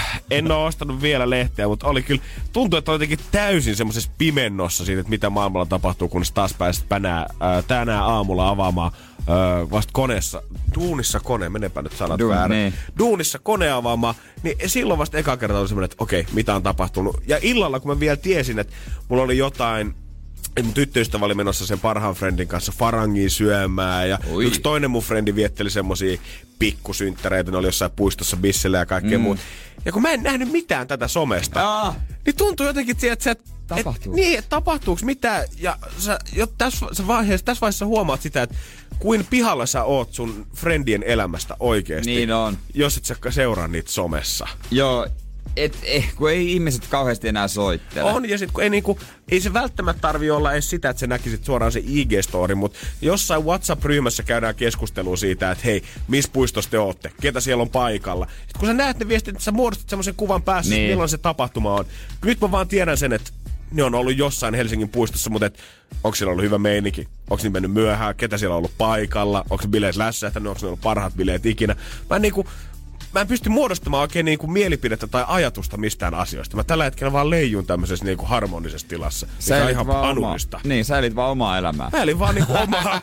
En oo ostanut vielä lehteä, mutta oli kyllä, tuntuu, että on jotenkin täysin semmoisessa pimennossa siitä, että mitä maailmalla tapahtuu, kun taas pääsit tänään aamulla avaamaan vasta koneessa, duunissa kone, menepä nyt sanat väärin. Duunissa kone avaamaan, niin silloin vasta eka kerta oli semmoinen, että okei, mitä on tapahtunut. Ja illalla, kun mä vielä tiesin, että mulla oli jotain, mun tyttöystävä oli menossa sen parhaan friendin kanssa farangiin syömään ja yksi toinen mun frendi vietteli semmosia pikkusynttäreitä, ne oli jossain puistossa bissellä ja kaikkea muuta. Ja kun mä en nähnyt mitään tätä somesta, niin tuntuu jotenkin, että sä tapahtuuko mitään? Ja sä tässä vaiheessa huomaat sitä, että kuin pihalla sä oot sun friendien elämästä oikeesti. Niin on. Jos et sä seuraa niitä somessa. Joo. Kun ei ihmiset kauheasti enää soittele. On, ja sit kun ei se välttämättä tarvii olla edes sitä, että sä näkisit suoraan se IG-story, mutta jossain WhatsApp-ryhmässä käydään keskustelua siitä, että hei, missä puistossa te ootte, ketä siellä on paikalla. Sitten kun sä näet ne viestit, että sä muodostat semmoisen kuvan päässä, niin milloin se tapahtuma on. Nyt mä vaan tiedän sen, että ne on ollut jossain Helsingin puistossa, mutta onko siellä ollut hyvä meininki? Onko ne mennyt myöhään? Ketä siellä on ollut paikalla? Onko bileet lässähtänyt? Onko ne ollut parhaat bileet ikinä? Mä en pysty muodostamaan oikein niinku mielipidettä tai ajatusta mistään asioista. Mä tällä hetkellä vaan leijun tämmöisessä niinku harmonisessa tilassa. Mikä on ihan anullista. Sä elit vaan omaa elämää. Mä elin vaan niinku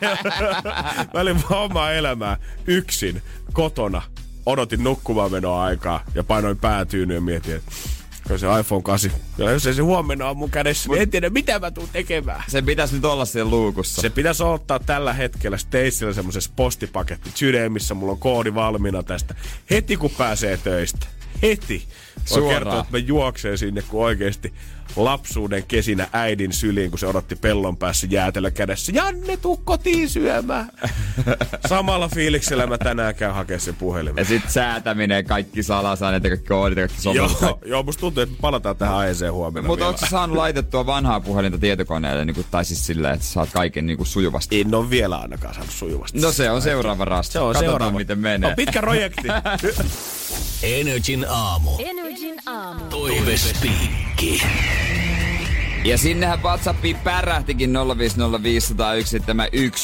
omaa elämää yksin, kotona. Odotin nukkumaan menoa aikaa ja painoin päätyyny ja mietin, että se iPhone 8. Ja jos ei se huomenna on mun kädessä, niin en tiedä mitä mä tuun tekemään. Se pitäisi nyt olla siellä luukussa. Se pitäisi ottaa tällä hetkellä Stacella semmosessa postipaketti sydämissä. Mulla on koodi valmiina tästä. Heti kun pääsee töistä. Heti. Voin kertoa, että mä juokseen sinne, kun oikeesti lapsuuden kesinä äidin syliin, kun se odotti pellon päässä jäätelö kädessä. Janne, tuu kotiin syömään. Samalla fiiliksellä mä tänään käyn hakemaan sen puhelimen. Ja sit säätäminen, kaikki salasäänet ja kaikki koodit ja kaikki sovellut. Joo, musta tuntuu, että me palataan tähän aiheeseen huomenna. Mutta onko sä saanut laitettua vanhaa puhelinta tietokoneelle, niin tai siis silleen, että saat kaiken niin kuin sujuvasti? En ole vielä ainakaan saanut sujuvasti. No se on seuraava rasta. Se on katsotaan, seuraava. Miten menee. On pitkä projekti. Energin aamu. Toivespiikki. Ja sinnehän WhatsAppiin pärähtikin 0505017 tämä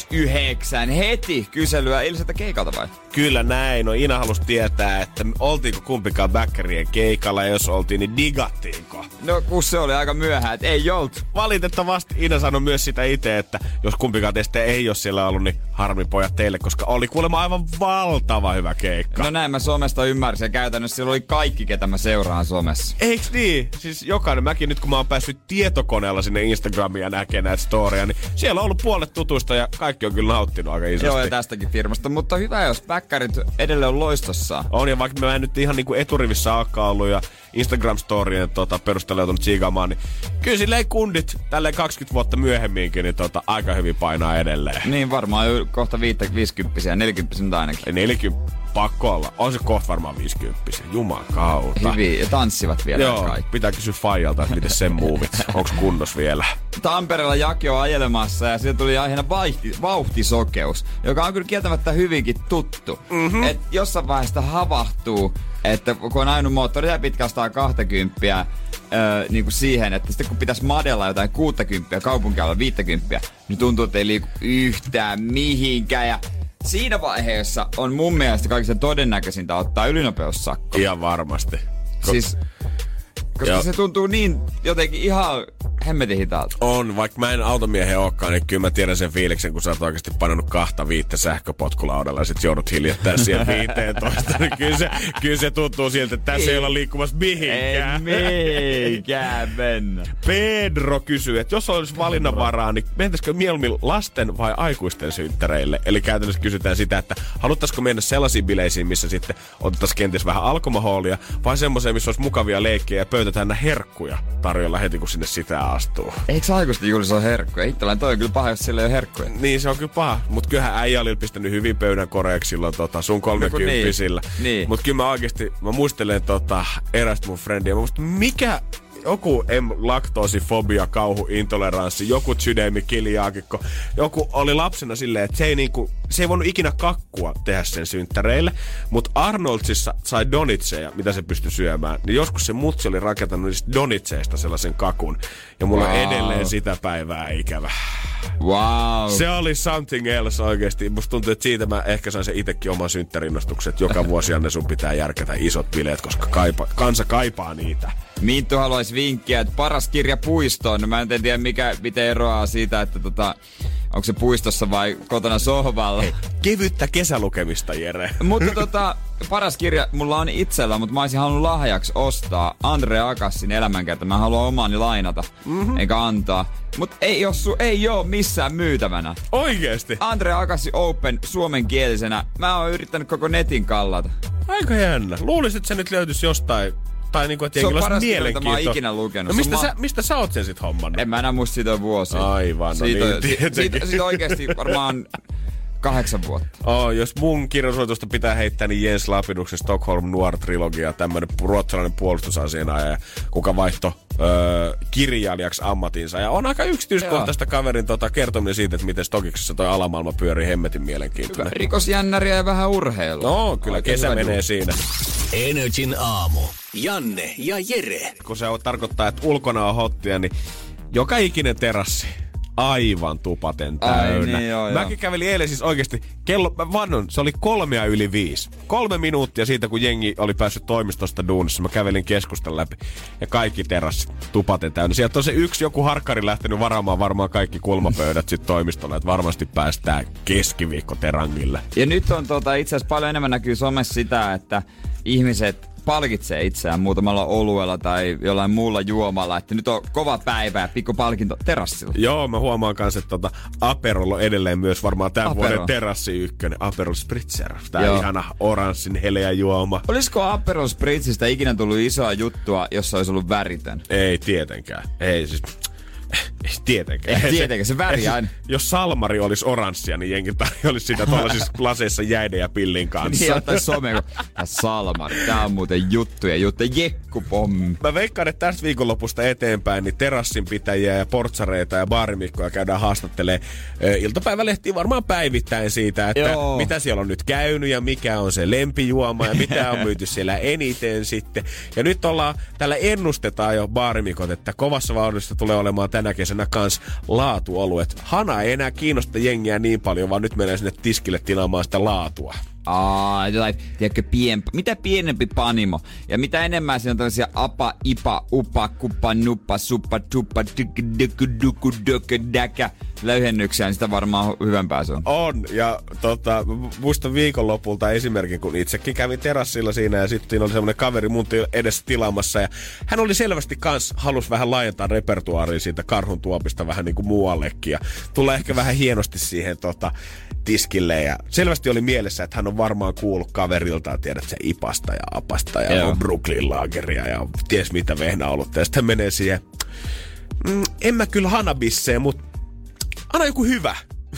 19 heti kyselyä eiliseltä keikalta vai? Kyllä näin. No Ina halusi tietää, että oltiinko kumpikaan bäkkärien keikalla ja jos oltiin, niin digattiinko? No kun se oli aika myöhään, että ei oltu. Valitettavasti Ina sanoi myös sitä itse, että jos kumpikaan teistä ei ole siellä ollut, niin harmi pojat teille, koska oli kuulemma aivan valtava hyvä keikka. No näin mä somesta ymmärsin ja käytännössä siellä oli kaikki, ketä mä seuraan somessa. Eiks niin? Siis jokainen, mäkin nyt kun mä oon päässyt tietokoneella sinne Instagramia näkee näitä storia, niin siellä on ollut puolet tutuista ja kaikki on kyllä nauttinut aika isosti. Joo, ja tästäkin firmasta, mutta hyvä, jos bäkkärit edelleen on loistossa. On, ja vaikka mä en nyt ihan niinku eturivissä alkaa ollut ja Instagram-storien perusteella joutunut tsiikaamaan, niin kyllä silleen kundit tälleen 20 vuotta myöhemminkin, niin aika hyvin painaa edelleen. Niin varmaan kohta 50 ja 40 ainakin. 40 pakko olla. On se kohta varmaan 50. Jumakauta. Hyvin, ja tanssivat vielä. Joo, kaikki. Pitää kysyä Fajalta, että miten sen muuvit. Onks kunnos vielä? Tampereella Jaki on ajelemassa ja siitä tuli aiheena vauhtisokeus, joka on kyllä kieltämättä hyvinkin tuttu. Mm-hmm. Et jossain vaiheessa havahtuu, että kun on ajanut moottoria pitkästään 20 niin kuin siihen, että sitten kun pitäisi madella jotain 60 kaupunkialueella 50, niin tuntuu, että ei liiku yhtään mihinkään. Ja siinä vaiheessa on mun mielestä kaikista todennäköisintä ottaa ylinopeussakko. Ihan varmasti. Siis, koska se tuntuu niin jotenkin ihan hemmetin hitaalta. On, vaikka mä en automiehen olekaan, niin kyllä mä tiedän sen fiiliksen, kun sä oot oikeasti painanut 2-5 sähköpotkulaudalla ja sit joudut hiljattaa siihen 15. Niin kyllä se tuntuu siltä, että tässä ei olla liikkumassa mihinkään. Ei mihinkään mennä. Pedro kysyy, että jos olisi valinnanvaraa, niin mentäisikö mieluummin lasten vai aikuisten synttäreille? Eli käytännössä kysytään sitä, että haluttaisiko mennä sellaisiin bileisiin, missä sitten otettaisiin kenties vähän alkoholia, vai semmoiseen, missä olisi mukavia leikkejä ja pöytä täynnä herkkuja tarjolla heti, kun sinne sitä astuu. Eikö aikuisten juhlissa ole herkkuja? Itselleen toi on kyllä paha, jos sillä ei ole herkkuja. Niin, se on kyllä paha. Mut kyllähän äijä oli pistänyt hyvin pöydän koreeksi silloin sun 30-sillä. Niin. Mut kyllä mä muistelen erästä mun friendiä. Mä muistan, mikä joku laktoosifobia, kauhuintoleranssi, joku sydämikiliaakikko. Joku oli lapsena silleen, että se ei voinut ikinä kakkua tehdä sen synttäreille, mutta Arnoldsissa sai donitseja, mitä se pystyi syömään. Niin joskus se mutsi oli rakentanut niistä donitseista sellaisen kakun. Ja mulla on edelleen sitä päivää ikävä. Wow. Se oli something else oikeesti. Musta tuntuu, että siitä mä ehkä sain sen itekin oman synttärinnostuksen, että joka vuosi Anne sun pitää järkätä isot bileet, koska kansa kaipaa niitä. Minttu haluaisi vinkkiä, että paras kirja puistoon. No mä en tiedä miten eroaa siitä, että onko se puistossa vai kotona sohvalla. Hei, kevyttä kesälukemista, Jere. Mutta paras kirja mulla on itsellä, mutta mä olisin halunnut lahjaksi ostaa Andre Agassin elämänkerta. Mä haluan omaani lainata, eikä antaa. Mutta ei oo missään myytävänä. Oikeesti? Andre Agassi Open suomenkielisenä. Mä oon yrittänyt koko netin kallata. Aika jännä. Luulisit, että se nyt löytyisi jostain. Tai niinku, että se on paras kirja, jota mä oon ikinä lukenut. No mistä sä oot sen sit hommannut? En mä enää muista siitä vuosia. Aivan, no siitä oikeesti varmaan 8 vuotta. Jos mun kirjasuositusta pitää heittää, niin Jens Lapiduksen Stockholm Noir-trilogia, tämmönen ruotsalainen puolustusasianajaja, kuka vaihtoi kirjailijaksi ammatinsa. Ja on aika yksityiskohtaista kaverin kertominen siitä, että miten Stokiksessa toi alamaailma pyörii hemmetin mielenkiintoinen. Hyvä rikosjännäriä ja vähän urheilua. No, kyllä oikein kesä menee siinä. Energin aamu. Janne ja Jere. Kun se tarkoittaa, että ulkona on hottia, niin joka ikinen terassi aivan tupaten täynnä. Niin, Mäkin kävelin eilen siis oikeesti, se oli 3:05. 3 minuuttia siitä, kun jengi oli päässyt toimistosta duunissa, mä kävelin keskustan läpi ja kaikki terassit tupaten täynnä. Sieltä on se joku harkkari lähtenyt varaamaan varmaan kaikki kulmapöydät sit toimistolla, että varmasti päästään keskiviikkoterangille. Ja nyt on itse asiassa paljon enemmän näkyy somessa sitä, että ihmiset palkitsee itseään muutamalla oluella tai jollain muulla juomalla, että nyt on kova päivä ja pikku palkinto terassilla. Joo, mä huomaan kanssa, että Aperol on edelleen myös varmaan tämän vuoden terassi ykkönen. Aperol Spritzer, tää ihana oranssin heleä juoma. Olisiko Aperol Spritzistä ikinä tullut isoa juttua, jos se olisi ollut väritön? Ei tietenkään. Ei siis. Ei tietenkään. Tietenkään, se väri aina. Jos salmari olisi oranssia, niin jengi olisi sitä tuollaisissa laseissa jäiden ja pillin kanssa. Niin ottaisi someen, salmari. Tää on muuten juttuja, jekkupommi. Mä veikkaan, että tästä viikonlopusta eteenpäin niin terassinpitäjiä ja portsareita ja baarimikkoja käydään haastattelee iltapäivälehtiin varmaan päivittäin siitä, että mitä siellä on nyt käynyt ja mikä on se lempijuoma ja mitä on myyty siellä eniten sitten. Ja nyt tällä ennustetaan jo baarimikot, että kovassa vauhdissa tulee olemaan tänä kesänä kans laatuoluet. Hana ei enää kiinnosta jengiä niin paljon, vaan nyt mennään sinne tiskille tilaamaan sitä laatua. Jotain, tiedätkö, mitä pienempi panimo ja mitä enemmän siinä on tällaisia apa, ipa, upa, kuppa, nuppa, suppa, tuppa, duku, däkä löyhennyksiä, niin sitä varmaan hyvempää se on. On, ja muistan viikonlopulta esimerkin, kun itsekin kävin terassilla siinä ja sitten oli semmoinen kaveri mun edessä tilaamassa ja hän oli selvästi halusi vähän laajentaa repertuaaria siitä karhun tuopista vähän niin kuin muuallekin ja tulla ehkä vähän hienosti siihen tiskille ja selvästi oli mielessä, että hän on varmaan kuullut kaveriltaan, tiedät se Ipasta ja Apasta ja on Brooklyn Lageria ja ties mitä vehnäolutta ja sitten menee siihen, en mä kyllä hanabisseen, mutta anna joku hyvä.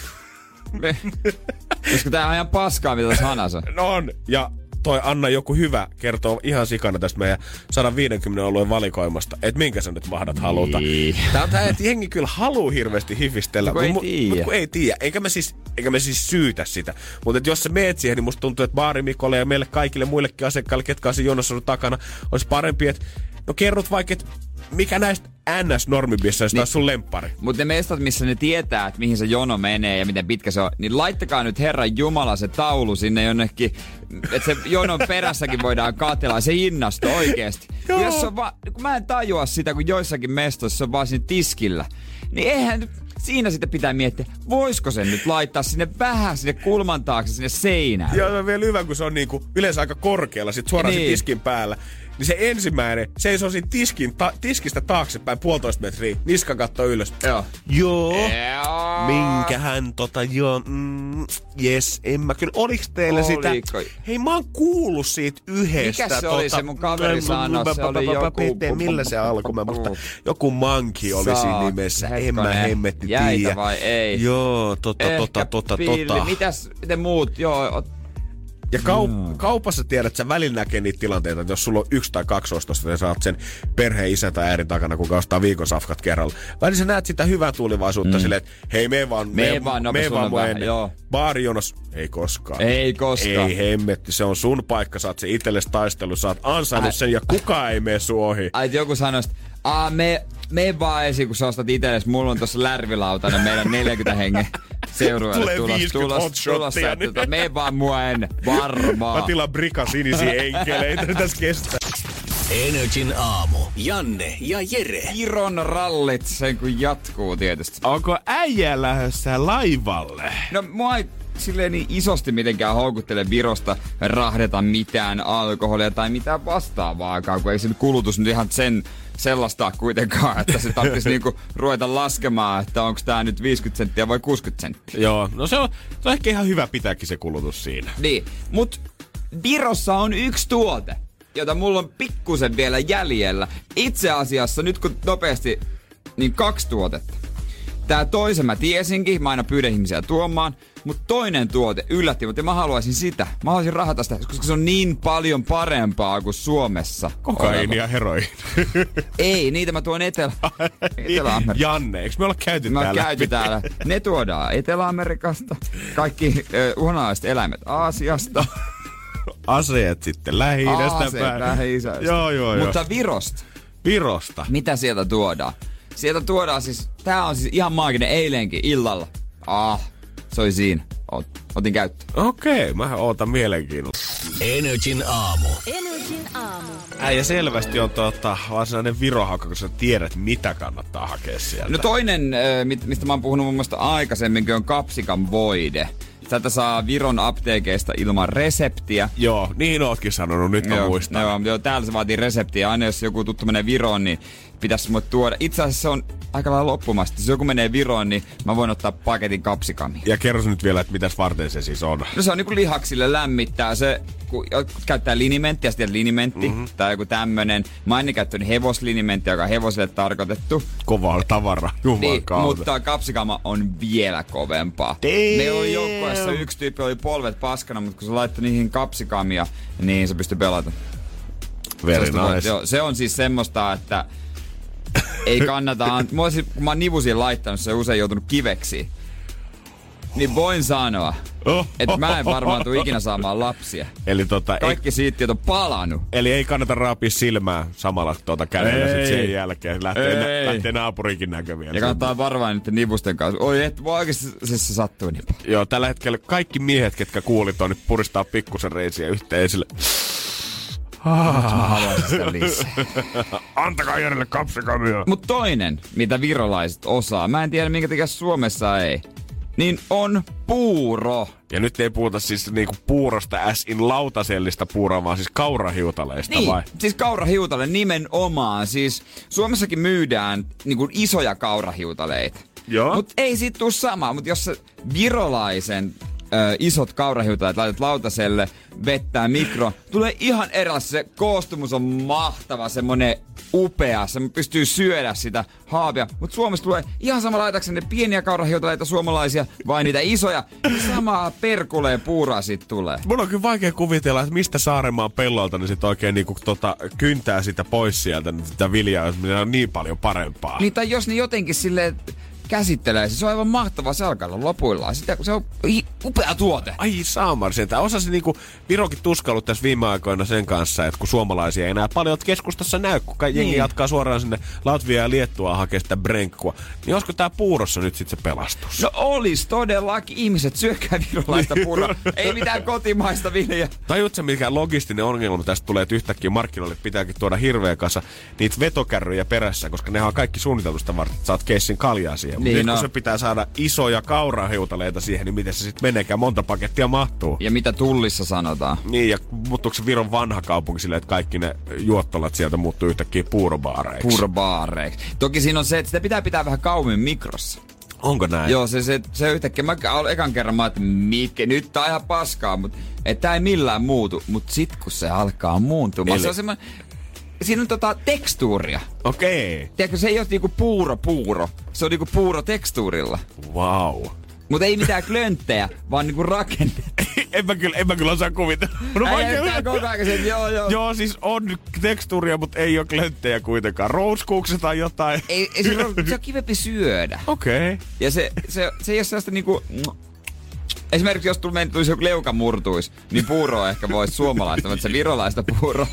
Koska tää on ihan paskaa, mitä tässä hanassa. No on, ja toi anna joku hyvä kertoo ihan sikana tästä meidän 150 oluen valikoimasta, että minkä sä nyt mahdat haluta. Tää on tää, että jengi kyllä haluu hirveästi hifistellä, mutta ei tiedä. Eikä me siis syytä sitä. Mutta jos sä meet siihen, niin musta tuntuu, että baarimikolle ja meille kaikille muillekin asiakkaille, ketkä on siinä jonossa ollut takana, olisi parempi, että no kerrot vaikka, että mikä näistä NS-normibisseistä on sun lemppari. Mutta ne mestat, missä ne tietää, että mihin se jono menee ja miten pitkä se on, niin laittakaa nyt Herran Jumala se taulu sinne jonnekin, että se jonon perässäkin voidaan katsella se hinnasto oikeesti. Jos on kun mä en tajua sitä, kun joissakin mestoissa on vaan siinä tiskillä, niin eihän siinä sitten pitää miettiä, voisiko sen nyt laittaa sinne vähän sinne kulman taakse, sinne seinään. Joo, se on vielä hyvä, kun se on niinku yleensä aika korkealla, sit suoraan niin. Tiskin päällä. Niin se ensimmäinen seisoo siinä tiskistä taaksepäin 1,5 metriä, niskan kattoo ylös. Joo. Minkähän jes, en mä kyllä. Oliks teillä sitä? Hei, mä oon kuullut siitä yhdestä. Mikä se oli se mun kaveri sanoi? Se oli joku... Millä se alkoi? Mä muistan, joku manki oli siinä nimessä. En mä hemmetti tiiä. Jäitä vai ei? Joo, Mitäs te muut? Joo. Ja kaupassa tiedät, että sä välillä näkee niitä tilanteita, että jos sulla on 1 tai 2 ostosta, niin saat sen perheen isän tai äidin takana, kuka ostaa viikon safkat kerralla. Välillä sä näet sitä hyvää tuulivaisuutta silleen, että hei, me vaan mua ennen. Baarijonos, ei koskaan. Ei hemmetti, se on sun paikka, saat se itsellesi taistelu, sä oot ansainnut sen ja kukaan ei mene sun ohi. Ai, joku sanoisi, me vaan esiin, kun sä ostat itsellesi, mulla on tossa lärvilautana meidän 40 hengen seurueelle tulossa, että me vaan mua ennen, varmaan. Mä tilaan Brika sinisiä enkeleitä, tässä kestää. Energin aamu. Janne ja Jere. Viron rallit sen kun jatkuu tietysti. Onko äijä lähdössä laivalle? No mua ei silleen niin isosti mitenkään houkuttele Virosta rahdeta mitään alkoholia tai mitään vastaavaakaan, kun ei se kulutus nyt ihan sellaista kuitenkaan, että se tarvitsisi niinku ruveta laskemaan, että onko tää nyt 50 senttiä vai 60 senttiä. Joo, no se on ehkä ihan hyvä pitääkin se kulutus siinä. Niin, mut Virossa on yksi tuote, jota mulla on pikkusen vielä jäljellä. Itse asiassa nyt kun nopeasti, niin 2 tuotetta. Tää toisen mä tiesinkin, mä aina pyydän ihmisiä tuomaan, mutta toinen tuote yllätti mut ja mä haluaisin sitä. Mä haluaisin rahata sitä, koska se on niin paljon parempaa kuin Suomessa. Kokaiini ja heroiini. Ei, niitä mä tuon Etelä-Amerikasta. Janne, eikö me olla käyty täällä? Ne tuodaan Etelä-Amerikasta, kaikki uhanalaiset eläimet Aasiasta. Aseet sitten Lähi-idästä Lähi-idästä. Joo. Mutta Virosta. Mitä sieltä tuodaan? Sieltä tuodaan siis, tää on siis ihan maaginen eilenkin illalla. Se oli siinä. Otin käyttöön. Okei, mä ootan mielenkiinnolla. Energin aamu. Äijä selvästi on varsinainen virohakka, kun sä tiedät, mitä kannattaa hakea sieltä. No toinen, mistä mä oon puhunut mun mielestä aikaisemminkin, on kapsikan voide. Tätä saa Viron apteekeista ilman reseptiä. Joo, niin ootkin sanonut, nyt mä muistan. Joo, täällä se vaatii reseptiä. Aina jos joku tuttu menee Viroon, niin pitäisi mut tuoda. Itse asiassa se on aika lailla loppumasta. Jos joku menee Viroon, niin mä voin ottaa paketin kapsikamia. Ja kerro nyt vielä, että mitäs varten se siis on. No se on niinku lihaksille lämmittää. Se, kun käyttää linimenttiä, sitten linimentti tai joku tämmönen. Mä oon käyttänyt hevoslinimentti, joka on hevoselle tarkoitettu. Kovaa tavara, niin, mutta kapsikama on vielä kovempaa. Meillä oli joukkueessa yksi tyyppi, oli polvet paskana, mutta kun se laittoi niihin kapsikamia, niin se pystyi pelata. Very nice. Se on siis semmoista, että ei kannata... kun mä oon nivusiin laittanut, se on usein joutunut kiveksi. Niin voin sanoa, että mä en varmaan tule ikinä saamaan lapsia. Eli kaikki siittiöt on palannut. Eli ei kannata raapia silmää samalla kädellä sit sen jälkeen. Lähtee naapurikin näköviin. Ja kannattaa varoa niiden nivusten kanssa. Oi, et voi oikeesti se sattuu niin paljon. Joo, tällä hetkellä kaikki miehet, ketkä kuulit on, niin puristaa pikkusen reisiä yhteen esille. Mä haluaisin sitä lisää. Antakaa Jerelle kapsikamia. Mut toinen, mitä virolaiset osaa, mä en tiedä minkä takia Suomessa ei, niin on puuro. Ja nyt ei puhuta siis niinku puurosta in lautasellista puuroa, vaan siis kaurahiutaleista niin, vai? Siis kaurahiutale nimenomaan. Siis Suomessakin myydään niinku isoja kaurahiutaleita. Joo. Mut ei siitä tuu samaa, mut jos sä virolaisen isot kaurahiutaleet laitat lautaselle, vettää mikro, tulee ihan eräs. Se koostumus on mahtava, semmonen upea, se pystyy syödä sitä haavia. Mut Suomessa tulee ihan sama, laitatko ne pieniä kaurahiutaleita suomalaisia vai niitä isoja, niin samaa perkuleen puuraa siitä tulee. Mun on kyllä vaikea kuvitella, että mistä Saarenmaan pellolta niin sit oikein niinku kyntää sitä pois sieltä, sitä viljaa, mikä on niin paljon parempaa. Niin, tai jos ne jotenkin silleen käsittelee, se on aivan mahtavaa, se alkaa olla lopuillaan. Se on upea tuote. Ai saamari, sieltä osasi niinku Virokin tuskaillut tässä viime aikoina sen kanssa, että kun suomalaisia ei enää paljon keskustassa näy, kun jengi jatkaa suoraan sinne Latviaan ja Liettuaan hakea sitä brenkkua. Niin olisiko tää puurossa nyt sit se pelastus? No olis todellakin. Ihmiset syökää virolaista puuroa. Ei mitään kotimaista viljaa. Tajuutko mikä logistinen ongelma tästä tulee, että yhtäkkiä markkinoille pitääkin tuoda hirveä kasa niitä vetokärryjä perässä, koska nehän on kaikki suunnitellusta varten, että saat keissin kaljaa siihen. Niin, nyt kun se pitää saada isoja kaurahiutaleita siihen, niin miten se sitten meneekään? Monta pakettia mahtuu. Ja mitä Tullissa sanotaan? Niin, ja muuttuuko se Viron vanha kaupunki silleen, että kaikki ne juottolat sieltä muuttuu yhtäkkiä puurobaareiksi? Puurobaareiksi. Toki siinä on se, että sitä pitää vähän kauemmin mikrossa. Onko näin? Joo, se yhtäkkiä, mä ekan kerran mä ajattelin, nyt tää on ihan paskaa, mutta tää ei millään muutu. Mut sit kun se alkaa muuntumaan, se on semmoinen... Siinä on tekstuuria. Okei. Tiedätkö, se ei ole niinku puuro. Se on niinku puuro tekstuurilla. Wow. Mut ei mitään klönttejä, vaan niinku rakenne. en mä kyllä osaa kuvitella. Joo. Joo, siis on tekstuuria, mutta ei ole klönttejä kuitenkaan. Rouskuukset tai jotain. Ei se on kivempi syödä. Okei. Okay. Ja se ei ole sellaista niinku... Esimerkiksi jos tulisi joku leuka murtuisi, niin puuroa ehkä voisi suomalaista, mutta se virolaista puuroa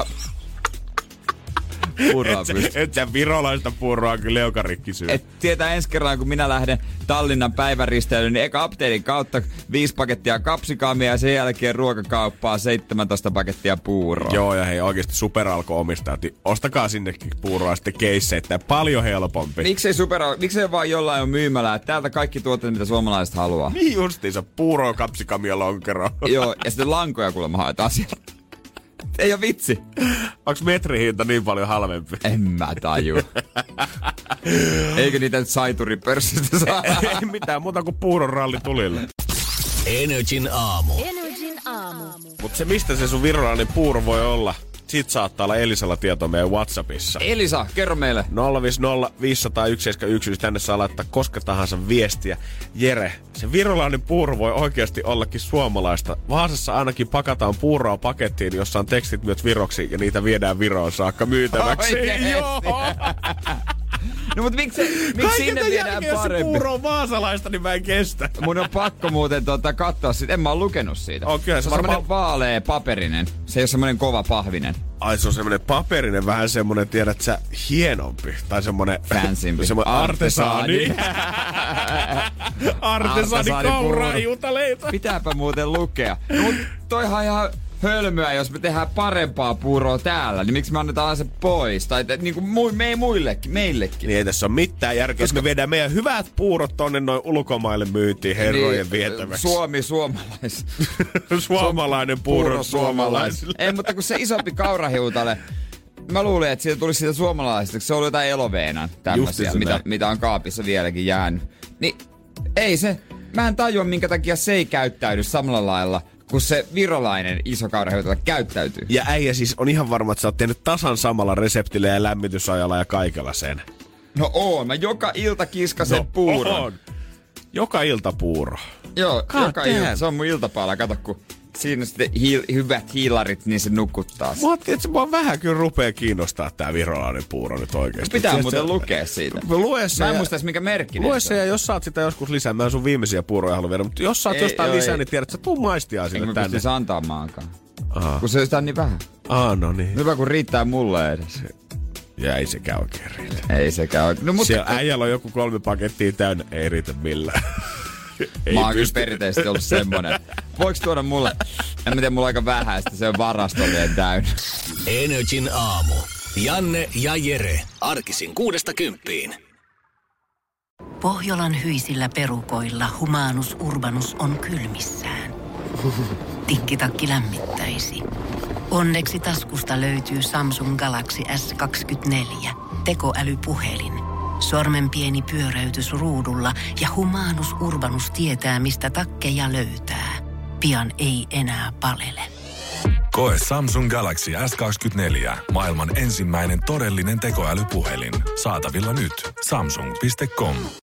et sä virolaista puuroa kyllä leukarikki syö. Et tietää ensi kerran, kun minä lähden Tallinnan päiväristeilyyn, niin eka apteekin kautta 5 pakettia kapsikamia ja sen jälkeen ruokakauppaa 17 pakettia puuroa. Joo, ja hei oikeesti Superalko-omistajat, niin ostakaa sinnekin puuroa sitten keisseitä. Paljon helpompi. Miksei vaan jollain on myymälää, että täältä kaikki tuotteet, mitä suomalaiset haluaa. Niin justiinsa, puuroa, kapsikamia, lonkero. Joo, ja sitten lankoja kuulemma haetaan sieltä. Ei oo vitsi. Onks metrihinta niin paljon halvempi? En mä taju. Eikö niitä nyt Saituri-pörssistä saa? Ei mitään muuta kuin puuron ralli tulille. Energin aamu. Mut se mistä se sun virolainen puuro voi olla? Siitä saattaa olla Elisalla tietoa meidän WhatsAppissa. Elisa, kerro meille. 050 500 171, tänne saa laittaa koska tahansa viestiä. Jere, se virolainen puuro voi oikeasti ollakin suomalaista. Vaasassa ainakin pakataan puuroa pakettiin, jossa on tekstit myös viroksi ja niitä viedään Viroon saakka myytäväksi. Joo! No mut miksi sinne viedään jos parempi? se puuro on vaasalaista, niin mä en kestä. Mun on pakko muuten katsoa siitä. En mä oo lukenut siitä. Okay, se on semmonen vaalea paperinen. Se ei oo semmonen kova pahvinen. Ai se on semmonen paperinen, vähän semmonen, tiedät sä, hienompi. Tai semmonen... Fansimpi. Semmonen artesaani. Artesaani kaurahiutaleita. Pitääpä muuten lukea. No, mut toihan ihan hölmöä, jos me tehdään parempaa puuroa täällä, niin miksi me annetaan se pois? Tai niinku meillekin. Niin ei tässä ole mitään järkeä, koska me viedään meidän hyvät puurot tonne noin ulkomaille myyntiin herrojen vietäväksi. Suomalais. Suomalainen puuro suomalaisille. Ei, mutta kun se isompi kaurahiutale, mä luulin, että siitä tulisi siitä suomalaisesta, se oli jotain Eloveenan tämmöisiä, mitä on kaapissa vieläkin jäänyt. Niin ei se, mä en tajua minkä takia se ei käyttäydy samalla lailla, kun se virolainen iso kaurahiutale käyttäytyy. Ja äijä siis on ihan varma, että sä oot tehnyt tasan samalla reseptillä ja lämmitysajalla ja kaikella sen. No mä joka ilta kiskasen puuron. On. Joka ilta puuro. Joo, joka ilta. Se on mun iltapäivä. Kato, kun siinä on sitten hyvät hiilarit, niin se nukuttaa. Mä ajattelin, että mua vähän kyllä rupee kiinnostaa tää virolainen puuro nyt oikeesti. Pitää muuten lukea siitä. Mä en muista mikä merkki. Lue se, ja jos saat sitä joskus lisää, mä en sun viimeisiä puuroja halua viedä, mutta jos saat jostain lisää, niin tiedät, että sä tuu maistia sinne tänne. Eikä mä antaa maankaan. Kun se on niin vähän. No niin. Hyvä, kun riittää mulle edes. Ja ei sekään oikein riitä. Ei sekään oikein. No, mutta siellä äijällä on joku 3 pakettia täynnä, ei riitä millään. Mä oon kyllä perinteisesti ollut semmonen. Voiks tuoda mulle? En mä tiedä, mulla on aika vähäistä, se on varastollinen täynnä. Energin aamu. Janne ja Jere. Arkisin 6–10. Pohjolan hyisillä perukoilla Humanus Urbanus on kylmissään. Tikkitakki lämmittäisi. Onneksi taskusta löytyy Samsung Galaxy S24. Tekoälypuhelin. Sormen pieni pyöräytys ruudulla ja Humanus Urbanus tietää, mistä takkeja löytää. Pian ei enää palele. Koe Samsung Galaxy S24. Maailman ensimmäinen todellinen tekoälypuhelin. Saatavilla nyt. Samsung.com.